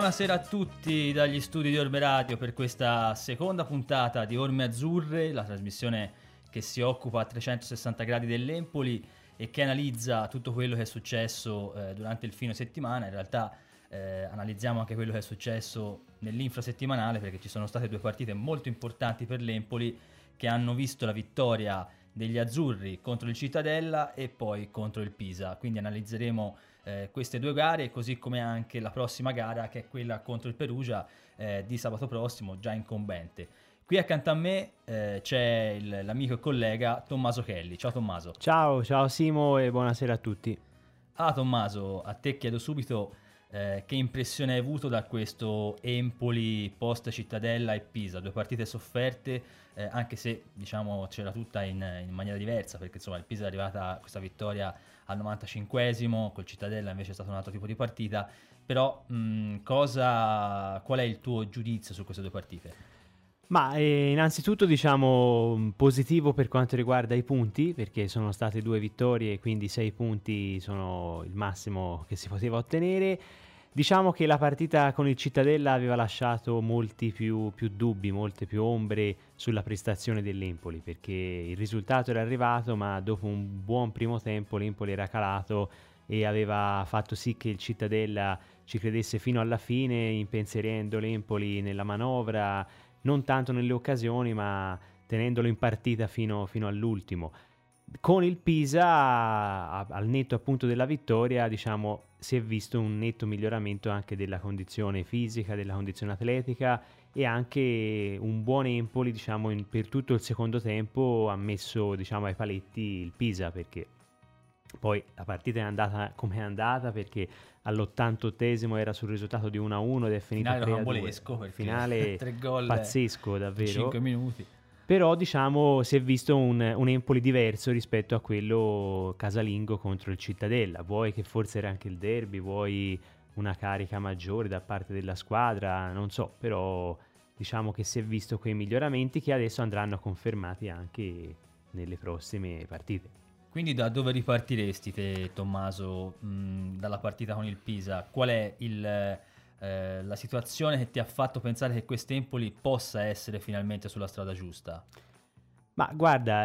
Buonasera a tutti dagli studi di Orme Radio per questa seconda puntata di Orme Azzurre, la trasmissione che si occupa a 360 gradi dell'Empoli e che analizza tutto quello che è successo durante il fine settimana. In realtà analizziamo anche quello che è successo nell'infrasettimanale, perché ci sono state due partite molto importanti per l'Empoli che hanno visto la vittoria degli azzurri contro il Cittadella e poi contro il Pisa. Quindi analizzeremo queste due gare, così come anche la prossima gara, che è quella contro il Perugia di sabato prossimo, già incombente. Qui accanto a me c'è l'amico e collega Tommaso Kelly. Ciao Tommaso. Ciao Simo e buonasera a tutti. Tommaso, a te chiedo subito che impressione hai avuto da questo Empoli post Cittadella e Pisa, due partite sofferte, anche se diciamo c'era tutta in maniera diversa, perché insomma il Pisa è arrivata a questa vittoria al 95esimo, col Cittadella invece è stato un altro tipo di partita, però qual è il tuo giudizio su queste due partite? Ma innanzitutto diciamo positivo per quanto riguarda i punti, perché sono state 2 vittorie, quindi 6 punti sono il massimo che si poteva ottenere. Diciamo che la partita con il Cittadella aveva lasciato molti più dubbi, molte più ombre sulla prestazione dell'Empoli, perché il risultato era arrivato, ma dopo un buon primo tempo l'Empoli era calato e aveva fatto sì che il Cittadella ci credesse fino alla fine, impensierendo l'Empoli nella manovra, non tanto nelle occasioni, ma tenendolo in partita fino all'ultimo. Con il Pisa, al netto appunto della vittoria, diciamo, si è visto un netto miglioramento anche della condizione fisica, della condizione atletica, e anche un buon Empoli, diciamo, per tutto il secondo tempo ha messo, diciamo, ai paletti il Pisa, perché poi la partita è andata come è andata, perché all'88esimo era sul risultato di 1-1 ed è finito 3-2. Finale 3 gol pazzesco davvero. 5 minuti. Però diciamo si è visto un Empoli diverso rispetto a quello casalingo contro il Cittadella. Vuoi che forse era anche il derby, vuoi una carica maggiore da parte della squadra, non so, però diciamo che si è visto quei miglioramenti che adesso andranno confermati anche nelle prossime partite. Quindi da dove ripartiresti te, Tommaso, dalla partita con il Pisa? Qual è la situazione che ti ha fatto pensare che quest'Empoli possa essere finalmente sulla strada giusta? Ma guarda,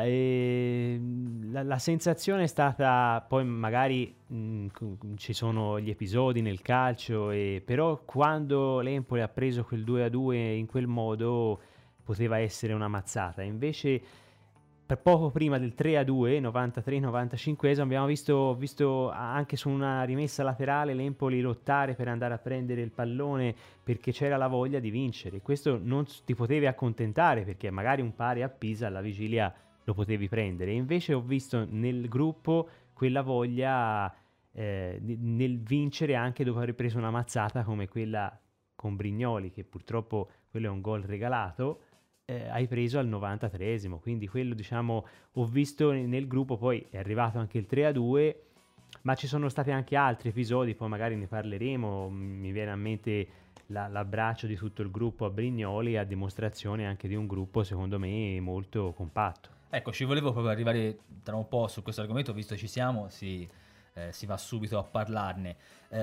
la sensazione è stata, poi magari ci sono gli episodi nel calcio, però quando l'Empoli ha preso quel 2-2 in quel modo poteva essere una mazzata, invece per poco prima del 3-2, 93-95, abbiamo visto anche su una rimessa laterale l'Empoli lottare per andare a prendere il pallone, perché c'era la voglia di vincere. Questo non ti potevi accontentare, perché magari un pari a Pisa alla vigilia lo potevi prendere. Invece ho visto nel gruppo quella voglia nel vincere anche dopo aver preso una mazzata come quella con Brignoli, che purtroppo quello è un gol regalato. Hai preso al 93esimo, quindi quello diciamo ho visto nel gruppo. Poi è arrivato anche il 3-2, ma ci sono stati anche altri episodi, poi magari ne parleremo. Mi viene a mente l'abbraccio di tutto il gruppo a Brignoli, a dimostrazione anche di un gruppo secondo me molto compatto. Ecco, ci volevo proprio arrivare tra un po' su questo argomento, visto che ci siamo, si va subito a parlarne.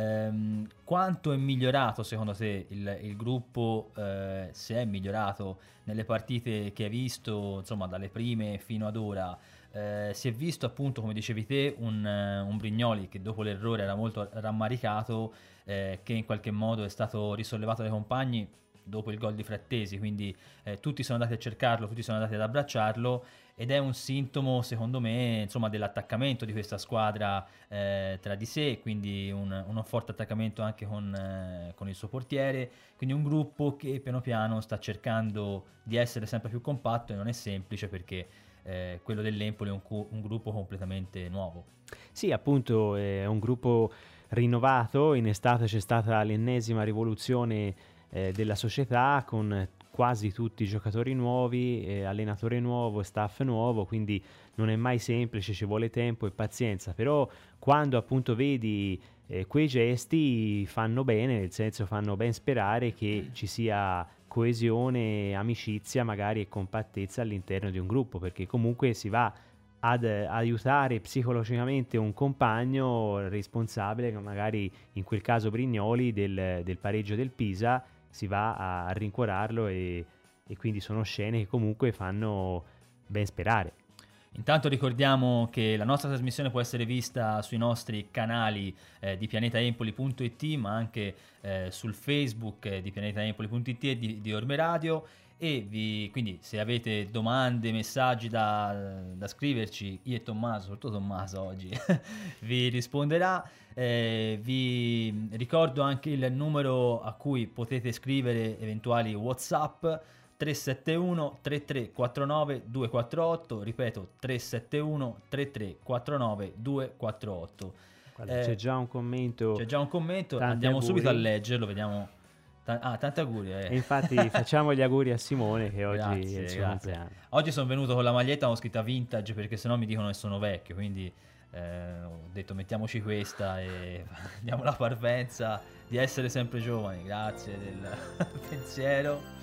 Quanto è migliorato secondo te il gruppo, se è migliorato nelle partite che hai visto, insomma dalle prime fino ad ora? Si è visto appunto, come dicevi te, un Brignoli che dopo l'errore era molto rammaricato, che in qualche modo è stato risollevato dai compagni dopo il gol di Frattesi, quindi tutti sono andati a cercarlo, tutti sono andati ad abbracciarlo, ed è un sintomo secondo me insomma dell'attaccamento di questa squadra tra di sé, quindi uno forte attaccamento anche con il suo portiere, quindi un gruppo che piano piano sta cercando di essere sempre più compatto, e non è semplice perché quello dell'Empoli è un gruppo completamente nuovo. Sì, appunto è un gruppo rinnovato. In estate c'è stata l'ennesima rivoluzione della società, con quasi tutti i giocatori nuovi, allenatore nuovo, staff nuovo, quindi non è mai semplice, ci vuole tempo e pazienza, però quando appunto vedi quei gesti fanno bene, nel senso fanno ben sperare che ci sia coesione, amicizia magari e compattezza all'interno di un gruppo, perché comunque si va ad aiutare psicologicamente un compagno responsabile, che magari in quel caso Brignoli, del pareggio del Pisa, si va a rincuorarlo e quindi sono scene che comunque fanno ben sperare. Intanto ricordiamo che la nostra trasmissione può essere vista sui nostri canali di pianetaempoli.it, ma anche sul Facebook di pianetaempoli.it e di Orme Radio. E quindi se avete domande, messaggi da scriverci, io e Tommaso, soprattutto Tommaso oggi, vi risponderà. Vi ricordo anche il numero a cui potete scrivere eventuali WhatsApp: 371 3349 248, ripeto 371 3349 248. Guarda, c'è già un commento. Andiamo subito a leggerlo, vediamo. Tanti auguri. E infatti facciamo gli auguri a Simone, che oggi è il suo compleanno. Oggi sono venuto con la maglietta, ho scritta vintage perché sennò mi dicono che sono vecchio, quindi ho detto mettiamoci questa e diamo la parvenza di essere sempre giovani. Grazie del pensiero.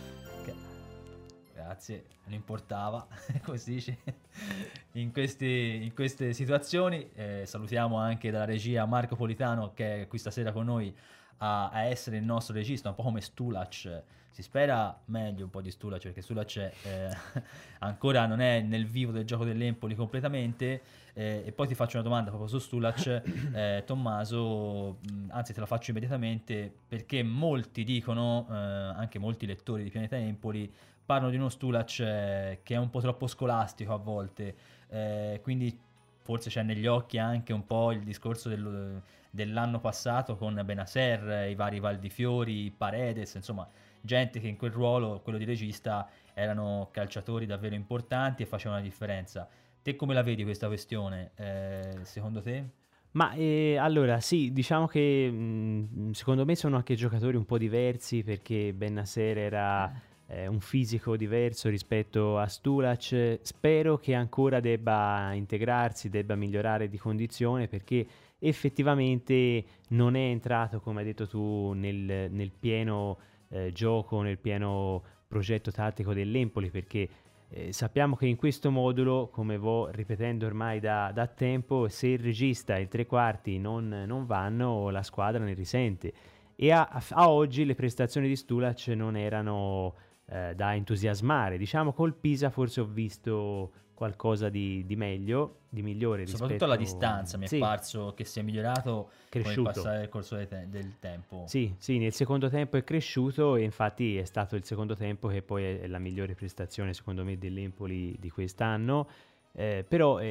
Grazie, non importava, come si dice, in queste situazioni. Salutiamo anche dalla regia Marco Politano, che è qui stasera con noi a essere il nostro regista, un po' come Stulac. Si spera meglio un po' di Stulac, perché Stulac ancora non è nel vivo del gioco dell'Empoli completamente. E poi ti faccio una domanda proprio su Stulac, Tommaso, anzi te la faccio immediatamente, perché molti dicono, anche molti lettori di Pianeta Empoli, parlano di uno Stulac che è un po' troppo scolastico a volte, quindi forse c'è negli occhi anche un po' il discorso dell'anno passato con Benasser, i vari Valdifiori, Paredes, insomma gente che in quel ruolo, quello di regista, erano calciatori davvero importanti e facevano la differenza. Te come la vedi questa questione, secondo te? Ma allora sì, diciamo che secondo me sono anche giocatori un po' diversi, perché Bennacer era un fisico diverso rispetto a Stulac. Spero che ancora debba integrarsi, debba migliorare di condizione, perché effettivamente non è entrato, come hai detto tu, nel pieno gioco, nel pieno progetto tattico dell'Empoli, perché sappiamo che in questo modulo, come vo ripetendo ormai da tempo, se il regista e i tre quarti non vanno, la squadra ne risente. E a oggi le prestazioni di Stulac non erano da entusiasmare. Diciamo col Pisa forse ho visto qualcosa di meglio, di migliore rispetto... Soprattutto alla distanza mi è parso che sia migliorato cresciuto. con il passare del corso del tempo. Sì, nel secondo tempo è cresciuto, e infatti è stato il secondo tempo che poi è la migliore prestazione secondo me dell'Empoli di quest'anno. Però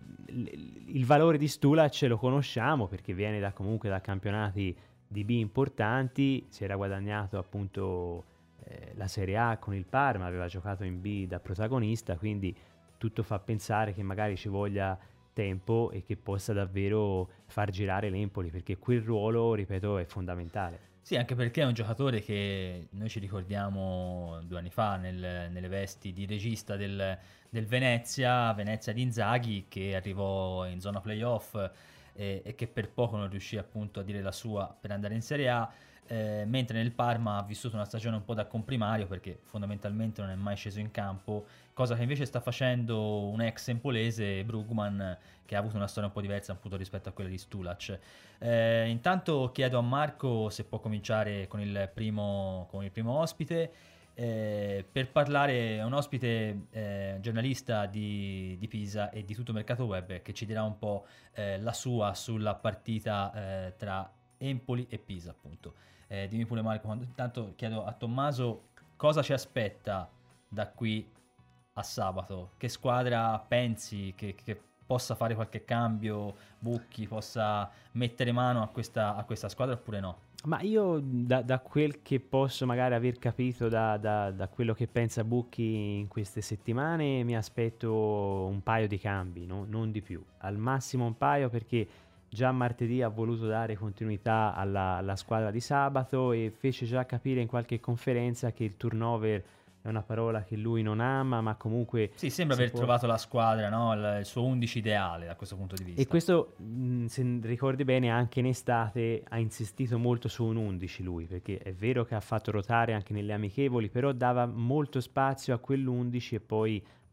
il valore di Stulac lo conosciamo, perché viene comunque da campionati di B importanti, si era guadagnato appunto la Serie A con il Parma, aveva giocato in B da protagonista, quindi tutto fa pensare che magari ci voglia tempo e che possa davvero far girare l'Empoli, perché quel ruolo, ripeto, è fondamentale. Sì, anche perché è un giocatore che noi ci ricordiamo 2 anni fa nelle vesti di regista del Venezia di Inzaghi, che arrivò in zona playoff e che per poco non riuscì appunto a dire la sua per andare in Serie A. Mentre nel Parma ha vissuto una stagione un po' da comprimario, perché fondamentalmente non è mai sceso in campo, cosa che invece sta facendo un ex empolese, Brugman, che ha avuto una storia un po' diversa appunto rispetto a quella di Stulac. Intanto chiedo a Marco se può cominciare con il primo ospite, per parlare. È un ospite giornalista di Pisa e di tutto Mercato Web, che ci dirà un po' la sua sulla partita tra Empoli e Pisa, appunto. Dimmi pure Marco, intanto chiedo a Tommaso cosa ci aspetta da qui a sabato, che squadra pensi che possa fare qualche cambio, Bucchi possa mettere mano a questa squadra oppure no? Ma io da quel che posso magari aver capito da quello che pensa Bucchi in queste settimane, mi aspetto un paio di cambi, no? Non di più, al massimo un paio, perché già martedì ha voluto dare continuità alla squadra di sabato e fece già capire in qualche conferenza che il turnover è una parola che lui non ama, ma comunque... Sì, sembra aver trovato la squadra, no? Il suo 11 ideale da questo punto di vista. E questo, se ricordi bene, anche in estate ha insistito molto su un 11 lui, perché è vero che ha fatto rotare anche nelle amichevoli, però dava molto spazio a quell'11 e poi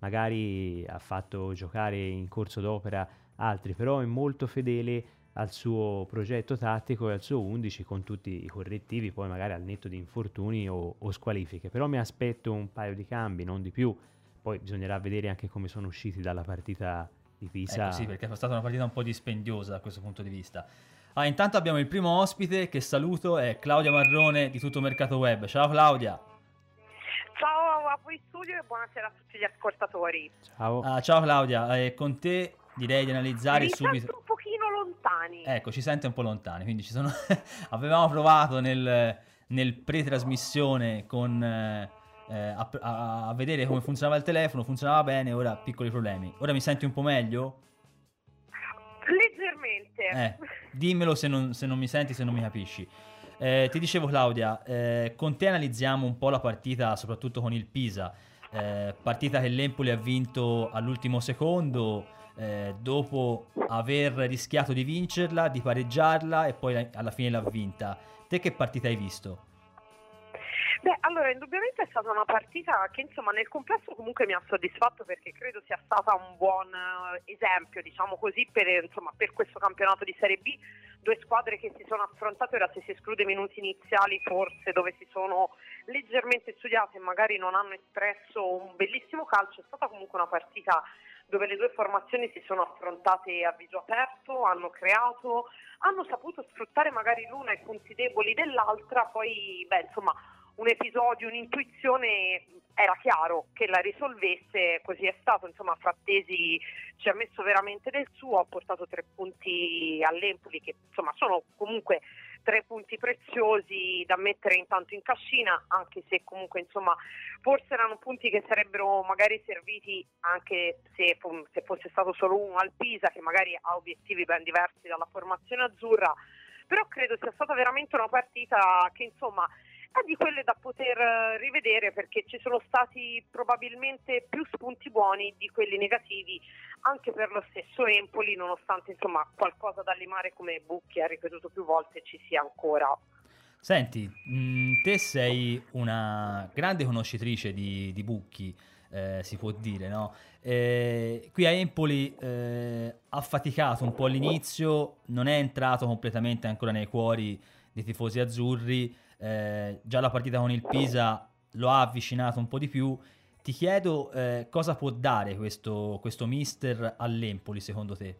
magari ha fatto giocare in corso d'opera altri, però è molto fedele al suo progetto tattico e al suo 11 con tutti i correttivi, poi magari al netto di infortuni o squalifiche. Però mi aspetto un paio di cambi, non di più. Poi bisognerà vedere anche come sono usciti dalla partita di Pisa. Ecco, sì, perché è stata una partita un po' dispendiosa da questo punto di vista. Intanto abbiamo il primo ospite, che saluto, è Claudia Marrone di Tutto Mercato Web. Ciao Claudia. Ciao a voi studio e buonasera a tutti gli ascoltatori. Ciao. Ciao Claudia, con te direi di analizzare Mi subito. sento un pochino lontani. Ecco, ci sente un po' lontani, quindi ci sono... avevamo provato nel pre-trasmissione a vedere come funzionava il telefono, funzionava bene, ora piccoli problemi. Ora mi senti un po' meglio? Leggermente. Dimmelo se non mi senti, se non mi capisci. Ti dicevo Claudia, con te analizziamo un po' la partita, soprattutto con il Pisa, partita che l'Empoli ha vinto all'ultimo secondo, dopo aver rischiato di vincerla, di pareggiarla e poi alla fine l'ha vinta. Te che partita hai visto? Beh, allora, indubbiamente è stata una partita che insomma nel complesso comunque mi ha soddisfatto, perché credo sia stata un buon esempio, diciamo così, per questo campionato di Serie B. Due squadre che si sono affrontate, ora se si esclude i minuti iniziali forse dove si sono leggermente studiate e magari non hanno espresso un bellissimo calcio, è stata comunque una partita dove le due formazioni si sono affrontate a viso aperto, hanno creato, hanno saputo sfruttare magari l'una i punti deboli dell'altra, poi un episodio, un'intuizione, era chiaro che la risolvesse, così è stato, Frattesi ci ha messo veramente del suo, ha portato 3 punti all'Empoli che sono comunque 3 punti preziosi da mettere intanto in cascina, anche se comunque forse erano punti che sarebbero magari serviti anche se fosse stato solo uno al Pisa, che magari ha obiettivi ben diversi dalla formazione azzurra, però credo sia stata veramente una partita che è di quelle da poter rivedere, perché ci sono stati probabilmente più spunti buoni di quelli negativi anche per lo stesso Empoli, nonostante qualcosa da limare, come Bucchi ha ripetuto più volte, ci sia ancora. Senti, te sei una grande conoscitrice di Bucchi, si può dire, no? Qui a Empoli ha faticato un po' all'inizio, non è entrato completamente ancora nei cuori dei tifosi azzurri, già la partita con il Pisa lo ha avvicinato un po' di più. Ti chiedo cosa può dare questo mister all'Empoli secondo te?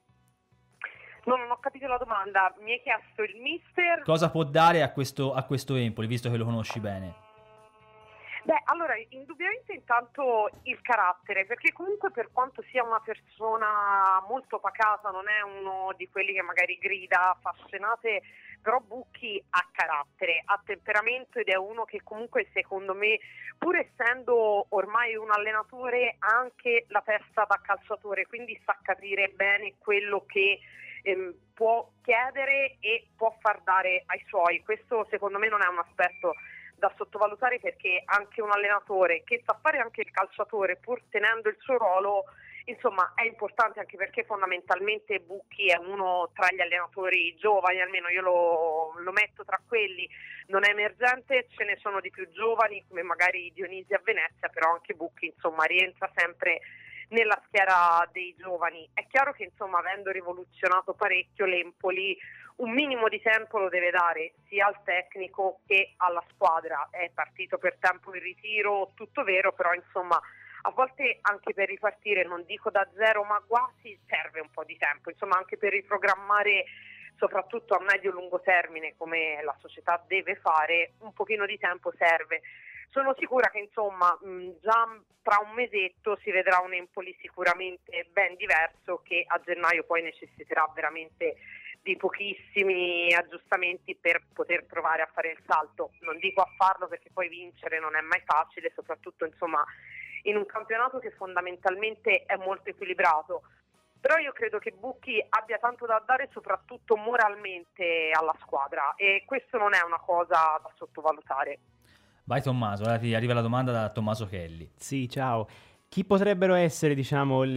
No, non ho capito la domanda. Mi hai chiesto il mister? Cosa può dare a questo Empoli, visto che lo conosci bene? Beh, allora, indubbiamente intanto il carattere, perché comunque per quanto sia una persona molto pacata, non è uno di quelli che magari grida, fa scenate, però Bucchi ha carattere, ha temperamento ed è uno che comunque secondo me, pur essendo ormai un allenatore, ha anche la testa da calciatore, quindi sa capire bene quello che può chiedere e può far dare ai suoi. Questo secondo me non è un aspetto da sottovalutare, perché anche un allenatore che sa fare anche il calciatore pur tenendo il suo ruolo, è importante, anche perché fondamentalmente Bucchi è uno tra gli allenatori giovani, almeno io lo metto tra quelli, non è emergente, ce ne sono di più giovani come magari Dionisi a Venezia, però anche Bucchi rientra sempre nella schiera dei giovani. È chiaro che avendo rivoluzionato parecchio l'Empoli, un minimo di tempo lo deve dare sia al tecnico che alla squadra. È partito per tempo in ritiro, tutto vero, però a volte anche per ripartire, non dico da zero, ma quasi serve un po' di tempo, anche per riprogrammare, soprattutto a medio-lungo termine, come la società deve fare, un pochino di tempo serve. Sono sicura che già tra un mesetto si vedrà un Empoli sicuramente ben diverso, che a gennaio poi necessiterà veramente di pochissimi aggiustamenti per poter provare a fare il salto. Non dico a farlo, perché poi vincere non è mai facile, soprattutto in un campionato che fondamentalmente è molto equilibrato. Però io credo che Bucchi abbia tanto da dare, soprattutto moralmente, alla squadra, e questo non è una cosa da sottovalutare. Vai Tommaso, ora ti arriva la domanda da Tommaso Kelly. Sì, ciao. Chi potrebbero essere, chi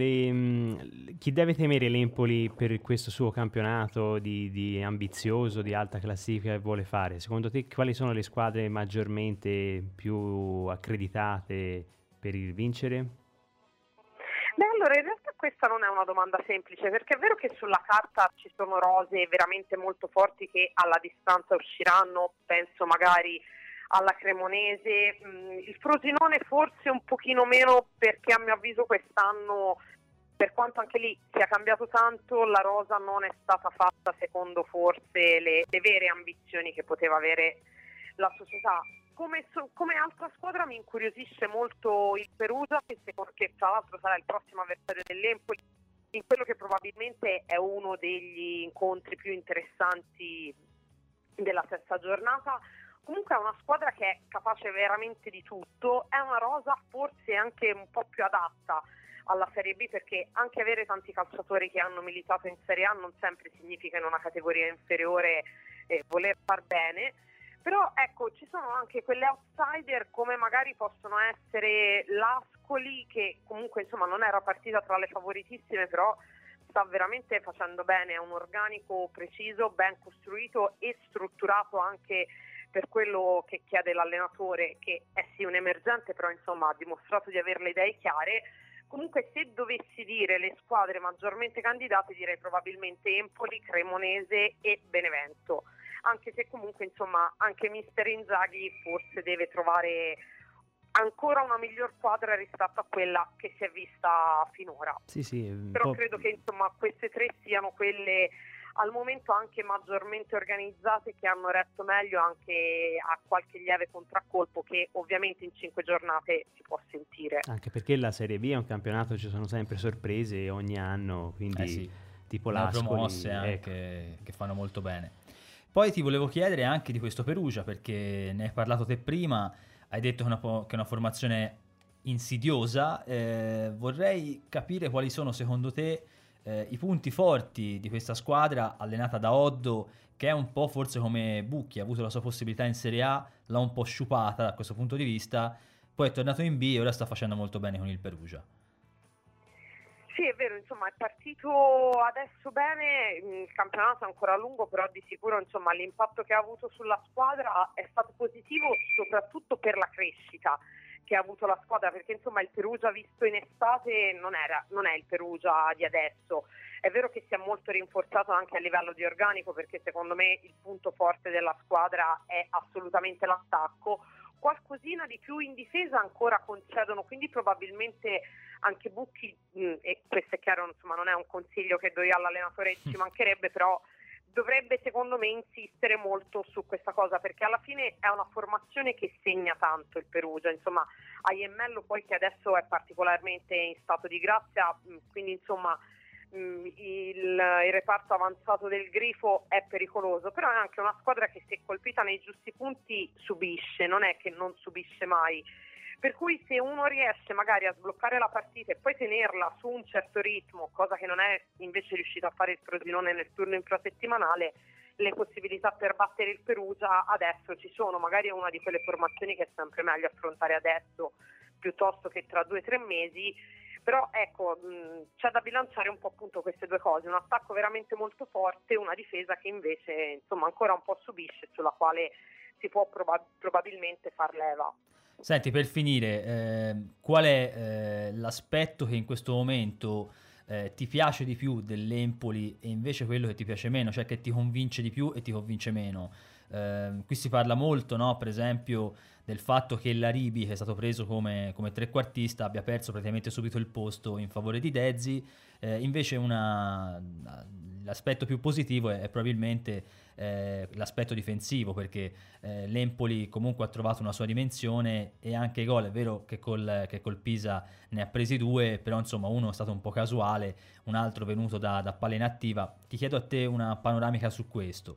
deve temere l'Empoli per questo suo campionato di ambizioso, di alta classifica che vuole fare? Secondo te quali sono le squadre maggiormente più accreditate per il vincere? Allora, in realtà questa non è una domanda semplice, perché è vero che sulla carta ci sono rose veramente molto forti che alla distanza usciranno, penso magari alla Cremonese, il Frosinone forse un pochino meno, perché a mio avviso quest'anno, per quanto anche lì sia cambiato tanto, la rosa non è stata fatta secondo forse le vere ambizioni che poteva avere la società. Come altra squadra mi incuriosisce molto il Perugia, che tra l'altro sarà il prossimo avversario dell'Empoli, in quello che probabilmente è uno degli incontri più interessanti della sesta giornata. Comunque è una squadra che è capace veramente di tutto, è una rosa forse anche un po' più adatta alla Serie B, perché anche avere tanti calciatori che hanno militato in Serie A non sempre significa in una categoria inferiore voler far bene. Però ecco, ci sono anche quelle outsider come magari possono essere l'Ascoli, che comunque insomma non era partita tra le favoritissime, però sta veramente facendo bene, è un organico preciso, ben costruito e strutturato anche per quello che chiede l'allenatore, che è sì un emergente, però insomma ha dimostrato di avere le idee chiare. Comunque, se dovessi dire le squadre maggiormente candidate, direi probabilmente Empoli, Cremonese e Benevento, anche se comunque insomma anche mister Inzaghi forse deve trovare ancora una miglior quadra rispetto a quella che si è vista finora. Sì, però credo che insomma queste tre siano quelle al momento anche maggiormente organizzate, che hanno retto meglio anche a qualche lieve contraccolpo che ovviamente in 5 giornate si può sentire. Anche perché la Serie B è un campionato, ci sono sempre sorprese ogni anno, quindi sì, tipo le l'Ascoli, promosse anche che fanno molto bene. Poi ti volevo chiedere anche di questo Perugia, perché ne hai parlato te prima, hai detto che è una formazione insidiosa, vorrei capire quali sono secondo te i punti forti di questa squadra allenata da Oddo, che è un po' forse come Bucchi, ha avuto la sua possibilità in Serie A, l'ha un po' sciupata da questo punto di vista, poi è tornato in B e ora sta facendo molto bene con il Perugia. Sì, è vero, insomma, è partito adesso bene, il campionato è ancora lungo, però di sicuro insomma l'impatto che ha avuto sulla squadra è stato positivo, soprattutto per la crescita che ha avuto la squadra, perché insomma il Perugia visto in estate non è il Perugia di adesso. È vero che si è molto rinforzato anche a livello di organico, perché secondo me il punto forte della squadra è assolutamente l'attacco. Qualcosina di più in difesa ancora concedono, quindi probabilmente anche Bucchi, e questo è chiaro, insomma non è un consiglio che do io all'allenatore, ci mancherebbe, però dovrebbe secondo me insistere molto su questa cosa, perché alla fine è una formazione che segna tanto il Perugia, insomma Aiemmello poi che adesso è particolarmente in stato di grazia, quindi insomma il reparto avanzato del Grifo è pericoloso, però è anche una squadra che se colpita nei giusti punti subisce, non è che non subisce mai, per cui se uno riesce magari a sbloccare la partita e poi tenerla su un certo ritmo, cosa che non è invece riuscito a fare il Frosinone nel turno infrasettimanale, le possibilità per battere il Perugia adesso ci sono. Magari è una di quelle formazioni che è sempre meglio affrontare adesso piuttosto che tra 2 o 3 mesi, però ecco, c'è da bilanciare un po' appunto queste due cose, un attacco veramente molto forte, una difesa che invece insomma ancora un po' subisce, sulla quale si può probabilmente far leva. Senti, per finire, qual è l'aspetto che in questo momento ti piace di più dell'Empoli e invece quello che ti piace meno, cioè che ti convince di più e ti convince meno? Qui si parla molto, no? Per esempio, del fatto che l'Aribi, che è stato preso come trequartista, abbia perso praticamente subito il posto in favore di Dezzi. Invece l'aspetto più positivo è probabilmente l'aspetto difensivo, perché l'Empoli comunque ha trovato una sua dimensione e anche i gol, è vero che col Pisa ne ha presi 2, però insomma uno è stato un po' casuale, un altro venuto da palla inattiva. Ti chiedo a te una panoramica su questo.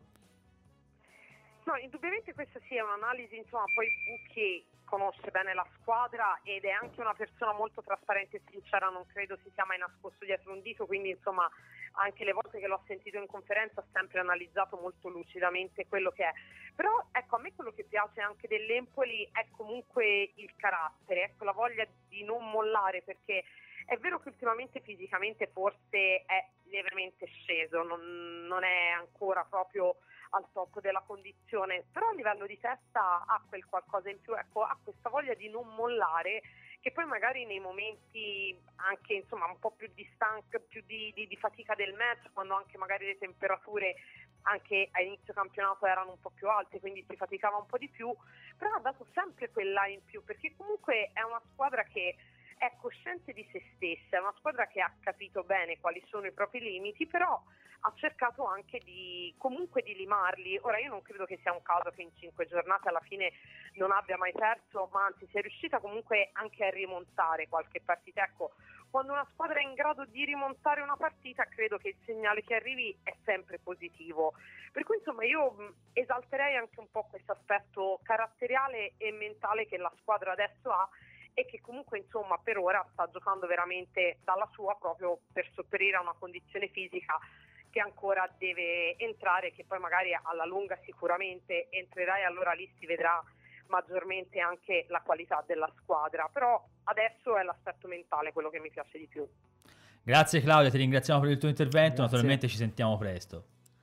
No, indubbiamente questa sì è un'analisi, insomma, poi Bucchi conosce bene la squadra ed è anche una persona molto trasparente e sincera, non credo si sia mai nascosto dietro un dito, quindi insomma anche le volte che l'ho sentito in conferenza ha sempre analizzato molto lucidamente quello che è. Però ecco, a me quello che piace anche dell'Empoli è comunque il carattere, ecco, la voglia di non mollare, perché è vero che ultimamente fisicamente forse è lievemente sceso, non è ancora proprio al top della condizione, però a livello di testa ha quel qualcosa in più, ecco, ha questa voglia di non mollare che poi magari nei momenti anche insomma un po' più di stanca, più di fatica del match, quando anche magari le temperature anche a inizio campionato erano un po' più alte, quindi si faticava un po' di più, però ha dato sempre quella in più, perché comunque è una squadra che è cosciente di se stessa, è una squadra che ha capito bene quali sono i propri limiti, però ha cercato anche comunque di limarli. Ora io non credo che sia un caso che in 5 giornate alla fine non abbia mai perso, ma anzi sia riuscita comunque anche a rimontare qualche partita. Ecco, quando una squadra è in grado di rimontare una partita, credo che il segnale che arrivi è sempre positivo. Per cui insomma io esalterei anche un po' questo aspetto caratteriale e mentale che la squadra adesso ha, e che comunque insomma per ora sta giocando veramente dalla sua, proprio per sopperire a una condizione fisica che ancora deve entrare, che poi magari alla lunga sicuramente entrerà, e allora lì si vedrà maggiormente anche la qualità della squadra. Però adesso è l'aspetto mentale quello che mi piace di più. Grazie Claudia, ti ringraziamo per il tuo intervento. Grazie. Naturalmente ci sentiamo presto.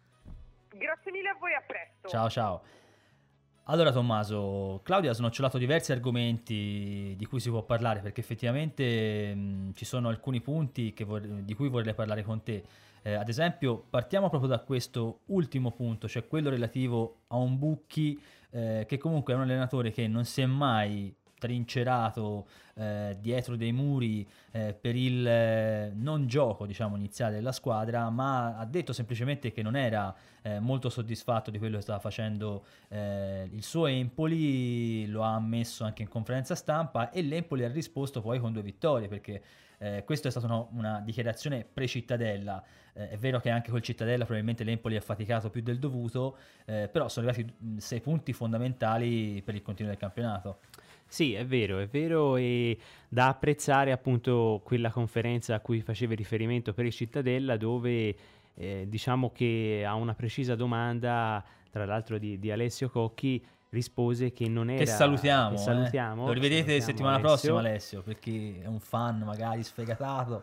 Grazie mille a voi, a presto. Ciao ciao. Allora Tommaso, Claudia ha snocciolato diversi argomenti di cui si può parlare, perché effettivamente ci sono alcuni punti di cui vorrei parlare con te. Ad esempio, partiamo proprio da questo ultimo punto, cioè quello relativo a un Bucchi che comunque è un allenatore che non si è mai trincerato dietro dei muri per il non gioco, diciamo, iniziale della squadra, ma ha detto semplicemente che non era molto soddisfatto di quello che stava facendo il suo Empoli. Lo ha ammesso anche in conferenza stampa, e l'Empoli ha risposto poi con 2 vittorie, perché questa è stata una dichiarazione pre-Cittadella. È vero che anche col Cittadella probabilmente l'Empoli ha faticato più del dovuto, però sono arrivati 6 punti fondamentali per il continuo del campionato. Sì, è vero, e da apprezzare appunto quella conferenza a cui facevi riferimento per il Cittadella, dove diciamo che a una precisa domanda, tra l'altro di Alessio Cocchi, rispose che non era... Che salutiamo, che salutiamo, Lo rivedete salutiamo settimana Alessio. prossima, Alessio, per chi è un fan magari sfegatato.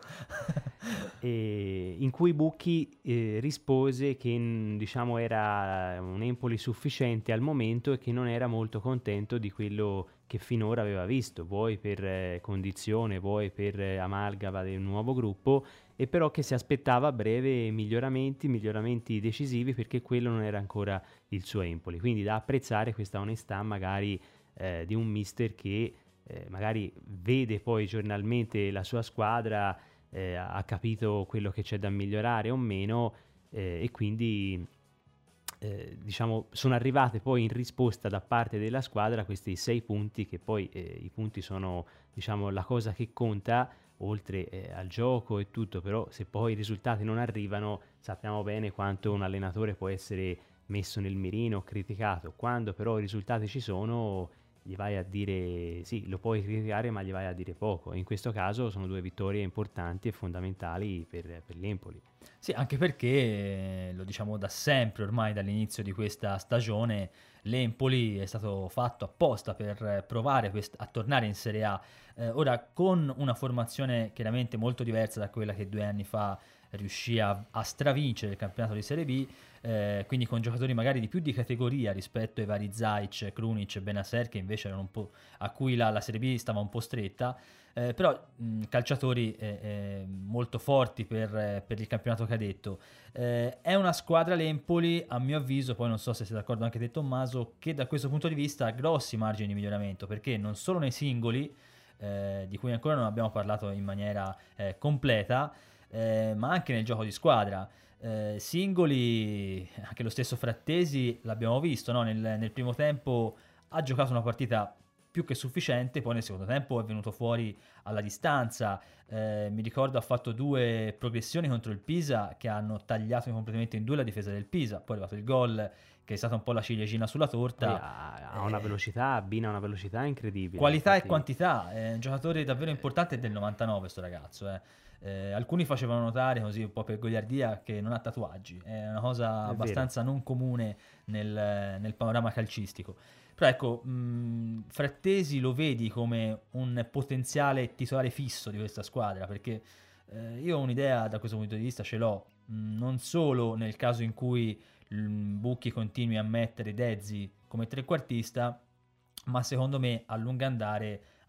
In cui Bucchi rispose che diciamo era un Empoli sufficiente al momento e che non era molto contento di quello che finora aveva visto, vuoi per condizione, vuoi per amalgama del nuovo gruppo, e però che si aspettava a breve miglioramenti decisivi, perché quello non era ancora il suo Empoli. Quindi da apprezzare questa onestà magari di un mister che magari vede poi giornalmente la sua squadra, ha capito quello che c'è da migliorare o meno, e quindi diciamo sono arrivate poi in risposta da parte della squadra questi 6 punti, che poi i punti sono diciamo la cosa che conta oltre al gioco e tutto, però se poi i risultati non arrivano sappiamo bene quanto un allenatore può essere messo nel mirino, criticato. Quando però i risultati ci sono, gli vai a dire, sì, lo puoi criticare, ma gli vai a dire poco. In questo caso sono 2 vittorie importanti e fondamentali per l'Empoli. Sì, anche perché lo diciamo da sempre, ormai dall'inizio di questa stagione, l'Empoli è stato fatto apposta per provare a tornare in Serie A. Ora, con una formazione chiaramente molto diversa da quella che 2 anni fa riuscì a stravincere il campionato di Serie B, quindi con giocatori magari di più di categoria rispetto ai vari Zaic, Krunic e Benasser, che invece erano un po' a cui la Serie B stava un po' stretta. Però calciatori molto forti per il campionato cadetto. È una squadra, l'Empoli, a mio avviso, poi non so se sei d'accordo anche te Tommaso, che da questo punto di vista ha grossi margini di miglioramento, perché non solo nei singoli, di cui ancora non abbiamo parlato in maniera completa, ma anche nel gioco di squadra. Singoli, anche lo stesso Frattesi l'abbiamo visto, no? Nel primo tempo ha giocato una partita più che sufficiente, poi nel secondo tempo è venuto fuori alla distanza. Mi ricordo ha fatto 2 progressioni contro il Pisa che hanno tagliato completamente in 2 la difesa del Pisa, poi è arrivato il gol che è stata un po' la ciliegina sulla torta. Poi ha una velocità, abbina una velocità incredibile. Qualità infatti... e quantità, è un giocatore davvero importante, del 99 sto ragazzo. Alcuni facevano notare così un po' per goliardia che non ha tatuaggi, è una cosa abbastanza non comune nel panorama calcistico. Però ecco, Frattesi lo vedi come un potenziale titolare fisso di questa squadra, perché io ho un'idea da questo punto di vista, ce l'ho, non solo nel caso in cui Bucchi continui a mettere Dezzi come trequartista, ma secondo me a lungo andare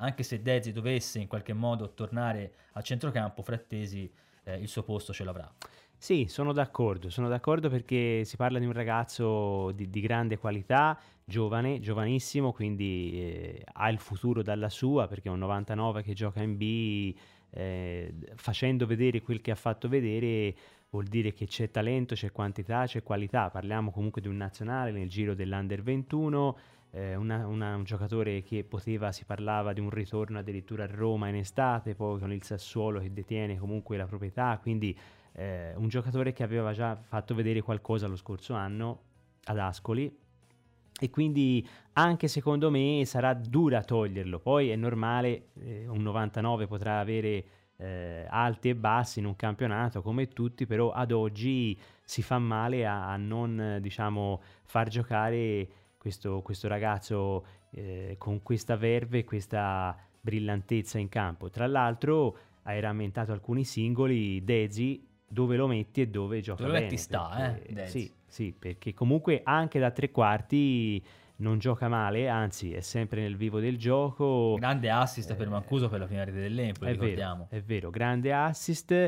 anche se Dezi dovesse in qualche modo tornare al centrocampo, Frattesi il suo posto ce l'avrà. Sì, sono d'accordo perché si parla di un ragazzo di grande qualità, giovanissimo, quindi ha il futuro dalla sua, perché è un 99 che gioca in B, facendo vedere quel che ha fatto vedere vuol dire che c'è talento, c'è quantità, c'è qualità. Parliamo comunque di un nazionale nel giro dell'Under 21, un giocatore che si parlava di un ritorno addirittura a Roma in estate, poi con il Sassuolo che detiene comunque la proprietà, quindi un giocatore che aveva già fatto vedere qualcosa lo scorso anno ad Ascoli, e quindi anche secondo me sarà dura toglierlo. Poi è normale, un 99 potrà avere alti e bassi in un campionato come tutti, però ad oggi si fa male a non diciamo far giocare questo ragazzo con questa verve e questa brillantezza in campo. Tra l'altro hai rammentato alcuni singoli. Dezi dove lo metti e dove gioca dove bene, metti sta, Dezi. Sì, perché comunque anche da tre quarti non gioca male, anzi è sempre nel vivo del gioco. Grande assist per Mancuso per la finale dell'Empoli, ricordiamo. È vero, grande assist,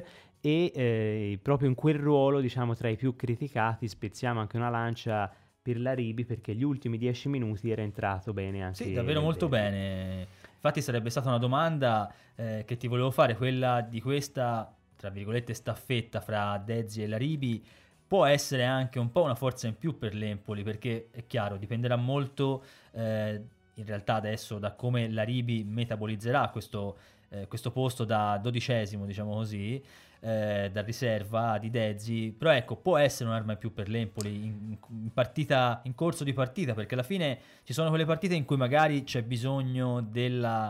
e proprio in quel ruolo, diciamo, tra i più criticati, spezziamo anche una lancia per Laribi, perché gli ultimi 10 minuti era entrato bene anche. Sì, davvero molto bene. Infatti sarebbe stata una domanda che ti volevo fare, quella di questa, tra virgolette, staffetta fra Dezi e Laribi. Può essere anche un po' una forza in più per l'Empoli, perché è chiaro, dipenderà molto in realtà adesso da come Laribi metabolizzerà questo posto da 12esimo, diciamo così, da riserva di Dezi. Però ecco, può essere un'arma in più per l'Empoli in partita, in corso di partita, perché alla fine ci sono quelle partite in cui magari c'è bisogno della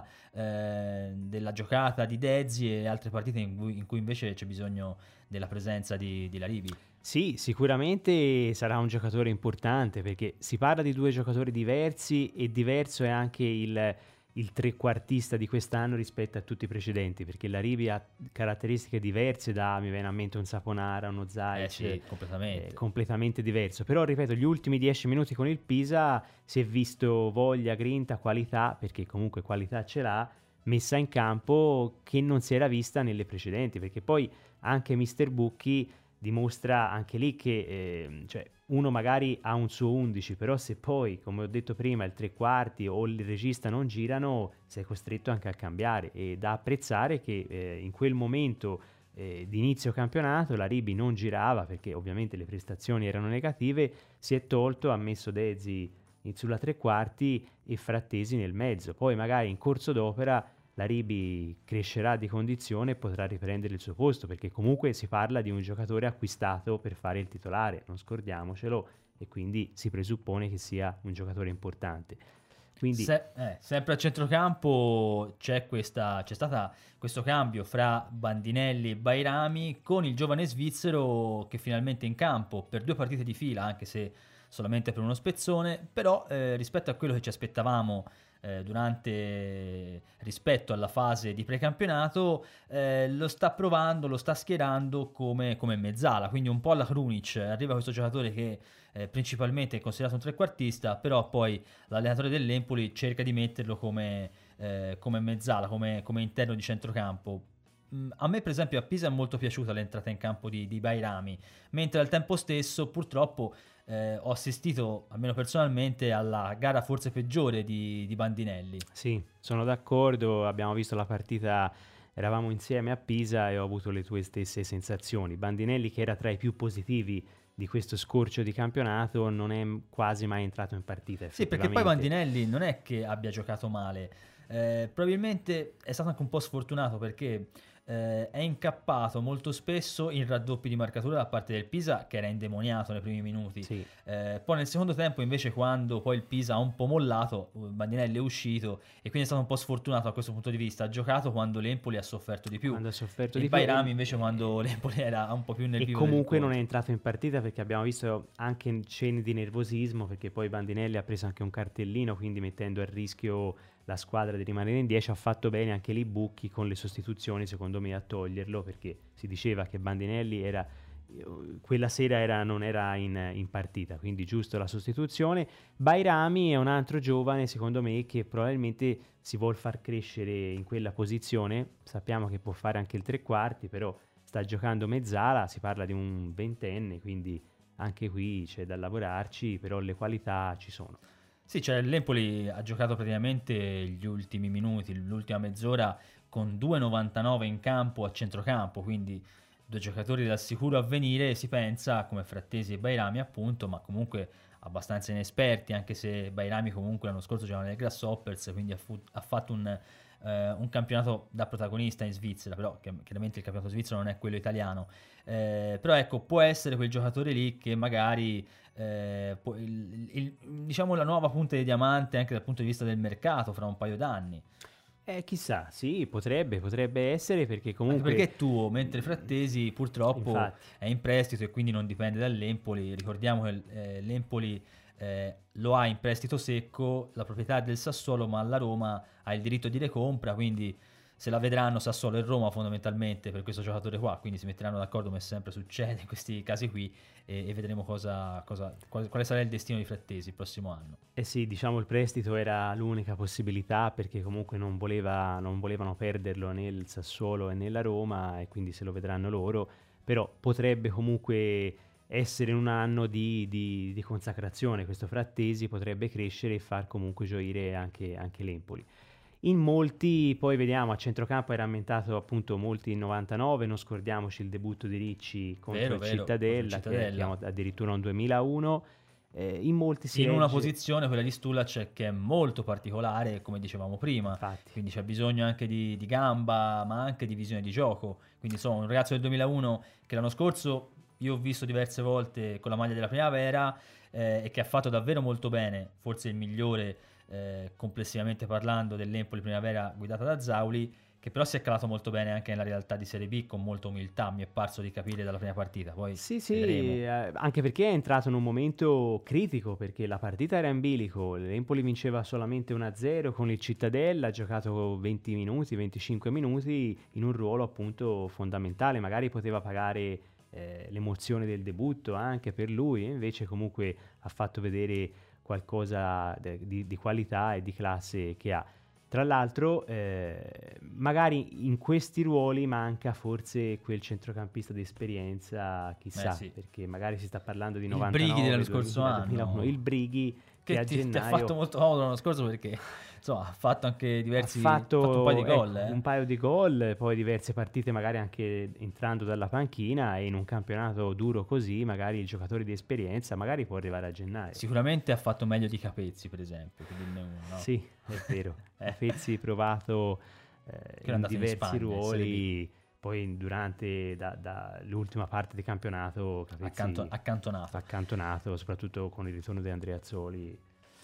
giocata di Dezi, e altre partite in cui invece c'è bisogno della presenza di Laribi. Sì, sicuramente sarà un giocatore importante, perché si parla di due giocatori diversi, e diverso è anche il trequartista di quest'anno rispetto a tutti i precedenti, perché Laribi ha caratteristiche diverse mi viene a mente un Saponara, uno Zaic, sì, completamente diverso. Però ripeto, gli ultimi 10 minuti con il Pisa si è visto voglia, grinta, qualità, perché comunque qualità ce l'ha, messa in campo, che non si era vista nelle precedenti, perché poi anche Mr. Bucchi dimostra anche lì che cioè uno magari ha un suo 11, però se poi, come ho detto prima, il tre quarti o il regista non girano, sei costretto anche a cambiare. E da apprezzare che in quel momento di inizio campionato Laribi non girava, perché ovviamente le prestazioni erano negative, si è tolto, ha messo Dezi sulla tre quarti e Frattesi nel mezzo. Poi magari in corso d'opera Laribi crescerà di condizione e potrà riprendere il suo posto, perché comunque si parla di un giocatore acquistato per fare il titolare, non scordiamocelo, e quindi si presuppone che sia un giocatore importante. Quindi sempre a centrocampo c'è stato questo cambio fra Bandinelli e Bairami, con il giovane svizzero che finalmente è in campo per 2 partite di fila, anche se solamente per uno spezzone. Però rispetto a quello che ci aspettavamo rispetto alla fase di precampionato, lo sta provando, lo sta schierando come mezzala, quindi un po' alla Krunic. Arriva questo giocatore che principalmente è considerato un trequartista, però poi l'allenatore dell'Empoli cerca di metterlo come mezzala, come interno di centrocampo. A me per esempio a Pisa è molto piaciuta l'entrata in campo di Bairami, mentre al tempo stesso purtroppo ho assistito, almeno personalmente, alla gara forse peggiore di Bandinelli. Sì, sono d'accordo, abbiamo visto la partita, eravamo insieme a Pisa e ho avuto le tue stesse sensazioni. Bandinelli, che era tra i più positivi di questo scorcio di campionato, non è quasi mai entrato in partita. Sì, perché poi Bandinelli non è che abbia giocato male, probabilmente è stato anche un po' sfortunato, perché è incappato molto spesso in raddoppi di marcatura da parte del Pisa, che era indemoniato nei primi minuti. Sì. Poi nel secondo tempo invece, quando poi il Pisa ha un po' mollato, Bandinelli è uscito e quindi è stato un po' sfortunato da questo punto di vista. Ha giocato quando l'Empoli ha sofferto di più, il Bairami invece quando l'Empoli era un po' più nel vivo. E comunque non è entrato in partita, perché abbiamo visto anche cenni di nervosismo, perché poi Bandinelli ha preso anche un cartellino, quindi mettendo a rischio la squadra di rimanere in 10. Ha fatto bene anche lì Bucchi con le sostituzioni, secondo me, a toglierlo, perché si diceva che Bandinelli era quella sera non era in partita, quindi giusto la sostituzione. Bairami è un altro giovane, secondo me, che probabilmente si vuol far crescere in quella posizione. Sappiamo che può fare anche il tre quarti, però sta giocando mezzala, si parla di un ventenne, quindi anche qui c'è da lavorarci, però le qualità ci sono. Sì, cioè l'Empoli ha giocato praticamente gli ultimi minuti, l'ultima mezz'ora con 2,99 in campo a centrocampo, quindi due giocatori dal sicuro avvenire, si pensa, come Frattesi e Bairami appunto, ma comunque abbastanza inesperti, anche se Bairami comunque l'anno scorso giocava nelle Grasshoppers, quindi ha fatto un campionato da protagonista in Svizzera, però chiaramente il campionato svizzero non è quello italiano. Però ecco, può essere quel giocatore lì che magari diciamo la nuova punta di diamante anche dal punto di vista del mercato fra un paio d'anni. Chissà, sì, potrebbe essere, perché Anche comunque... perché è tuo, mentre Frattesi purtroppo Infatti. è in prestito e quindi non dipende dall'Empoli. Ricordiamo che l'Empoli lo ha in prestito secco, la proprietà è del Sassuolo, ma la Roma ha il diritto di recompra, quindi se la vedranno Sassuolo e Roma fondamentalmente per questo giocatore qua, quindi si metteranno d'accordo come sempre succede in questi casi qui e vedremo quale sarà il destino di Frattesi il prossimo anno. Eh sì, diciamo il prestito era l'unica possibilità, perché comunque non volevano perderlo né il Sassuolo e né la Roma, e quindi se lo vedranno loro, però potrebbe comunque essere un anno di consacrazione. Questo Frattesi potrebbe crescere e far comunque gioire anche l'Empoli. In molti, poi vediamo, a centrocampo era aumentato appunto molti in 99, non scordiamoci il debutto di Ricci contro il Cittadella, che abbiamo addirittura un 2001. In molti si in una legge... posizione, quella di Stulac, che è molto particolare, come dicevamo prima. Infatti. Quindi c'è bisogno anche di gamba, ma anche di visione di gioco. Quindi insomma un ragazzo del 2001 che l'anno scorso io ho visto diverse volte con la maglia della Primavera e che ha fatto davvero molto bene, forse il migliore complessivamente parlando dell'Empoli Primavera guidata da Zauli, che però si è calato molto bene anche nella realtà di Serie B con molta umiltà, mi è parso di capire dalla prima partita. Poi sì, vedremo. Anche perché è entrato in un momento critico, perché la partita era in bilico, l'Empoli vinceva solamente 1-0 con il Cittadella, ha giocato 20 minuti, 25 minuti in un ruolo appunto fondamentale, magari poteva pagare l'emozione del debutto anche per lui, e invece comunque ha fatto vedere qualcosa di qualità e di classe che ha. Tra l'altro, magari in questi ruoli manca forse quel centrocampista di esperienza, chissà, sì. Perché magari si sta parlando di Il 99, Brighi dell'anno scorso 2001, anno. il Brighi che a ti ha gennaio fatto molto comodo l'anno scorso, perché insomma ha fatto anche diversi ha fatto un paio di gol. un paio di gol, poi diverse partite magari anche entrando dalla panchina, e in un campionato duro così magari il giocatore di esperienza magari può arrivare a gennaio. Sicuramente ha fatto meglio di Capezzi, per esempio, per dirne uno, no? Sì, è vero. Capezzi provato Che è in andato in diversi Spagna, in ruoli, poi durante l'ultima parte di campionato Capezzi accantonato, soprattutto con il ritorno di Andreazzoli.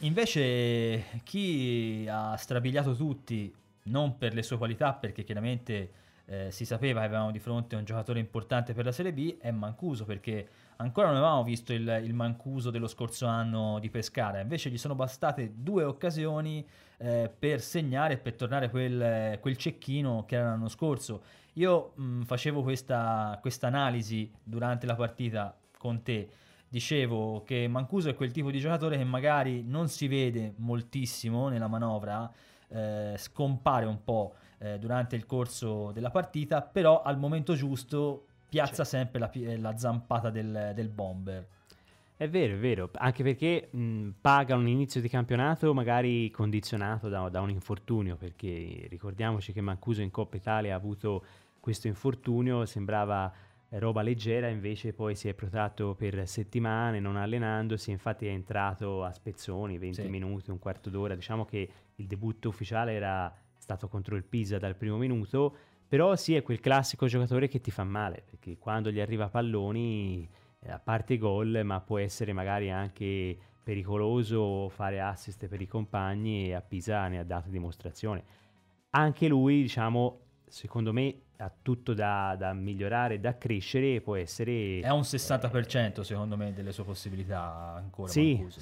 Invece chi ha strabiliato tutti, non per le sue qualità, perché chiaramente si sapeva che avevamo di fronte un giocatore importante per la Serie B, è Mancuso, perché ancora non avevamo visto il Mancuso dello scorso anno di Pescara, invece gli sono bastate 2 occasioni per segnare e per tornare quel cecchino che era l'anno scorso. Io facevo questa analisi durante la partita con te. Dicevo che Mancuso è quel tipo di giocatore che magari non si vede moltissimo nella manovra, scompare un po' durante il corso della partita, però al momento giusto piazza sempre la zampata del bomber. È vero, anche perché paga un inizio di campionato magari condizionato da un infortunio, perché ricordiamoci che Mancuso in Coppa Italia ha avuto questo infortunio, sembrava roba leggera, invece poi si è protratto per settimane non allenandosi, infatti è entrato a spezzoni, 20 minuti, un quarto d'ora. Diciamo che il debutto ufficiale era stato contro il Pisa dal primo minuto, però sì, è quel classico giocatore che ti fa male, perché quando gli arriva palloni, a parte i gol, ma può essere magari anche pericoloso, fare assist per i compagni, e a Pisa ne ha dato dimostrazione. Anche lui, diciamo, secondo me ha tutto da migliorare, da crescere, può essere... È un 60% secondo me delle sue possibilità ancora. Sì, Mancuso. sì,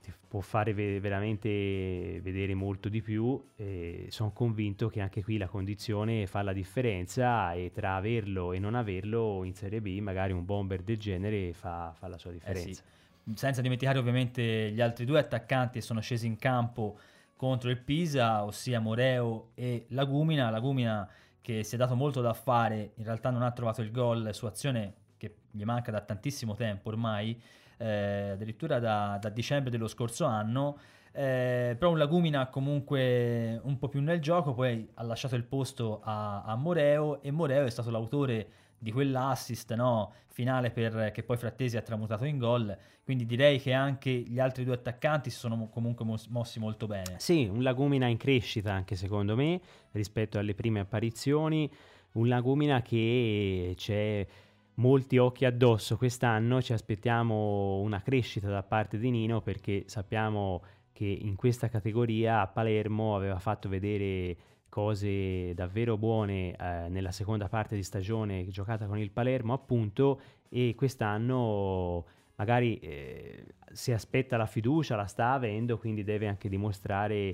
ti può fare veramente vedere molto di più. Sono convinto che anche qui la condizione fa la differenza, e tra averlo e non averlo in Serie B magari un bomber del genere fa la sua differenza. Sì. Senza dimenticare ovviamente gli altri due attaccanti che sono scesi in campo contro il Pisa, ossia Moreo e Lagumina che si è dato molto da fare, in realtà non ha trovato il gol su azione che gli manca da tantissimo tempo ormai, addirittura da dicembre dello scorso anno, però un Lagumina comunque un po' più nel gioco, poi ha lasciato il posto a Moreo, e Moreo è stato l'autore di quell'assist, no, finale che poi Frattesi ha tramutato in gol, quindi direi che anche gli altri due attaccanti si sono comunque mossi molto bene. Sì, un Lagumina in crescita anche secondo me rispetto alle prime apparizioni, un Lagumina che c'è molti occhi addosso quest'anno, ci aspettiamo una crescita da parte di Nino, perché sappiamo che in questa categoria a Palermo aveva fatto vedere cose davvero buone nella seconda parte di stagione giocata con il Palermo appunto, e quest'anno magari si aspetta la fiducia, la sta avendo, quindi deve anche dimostrare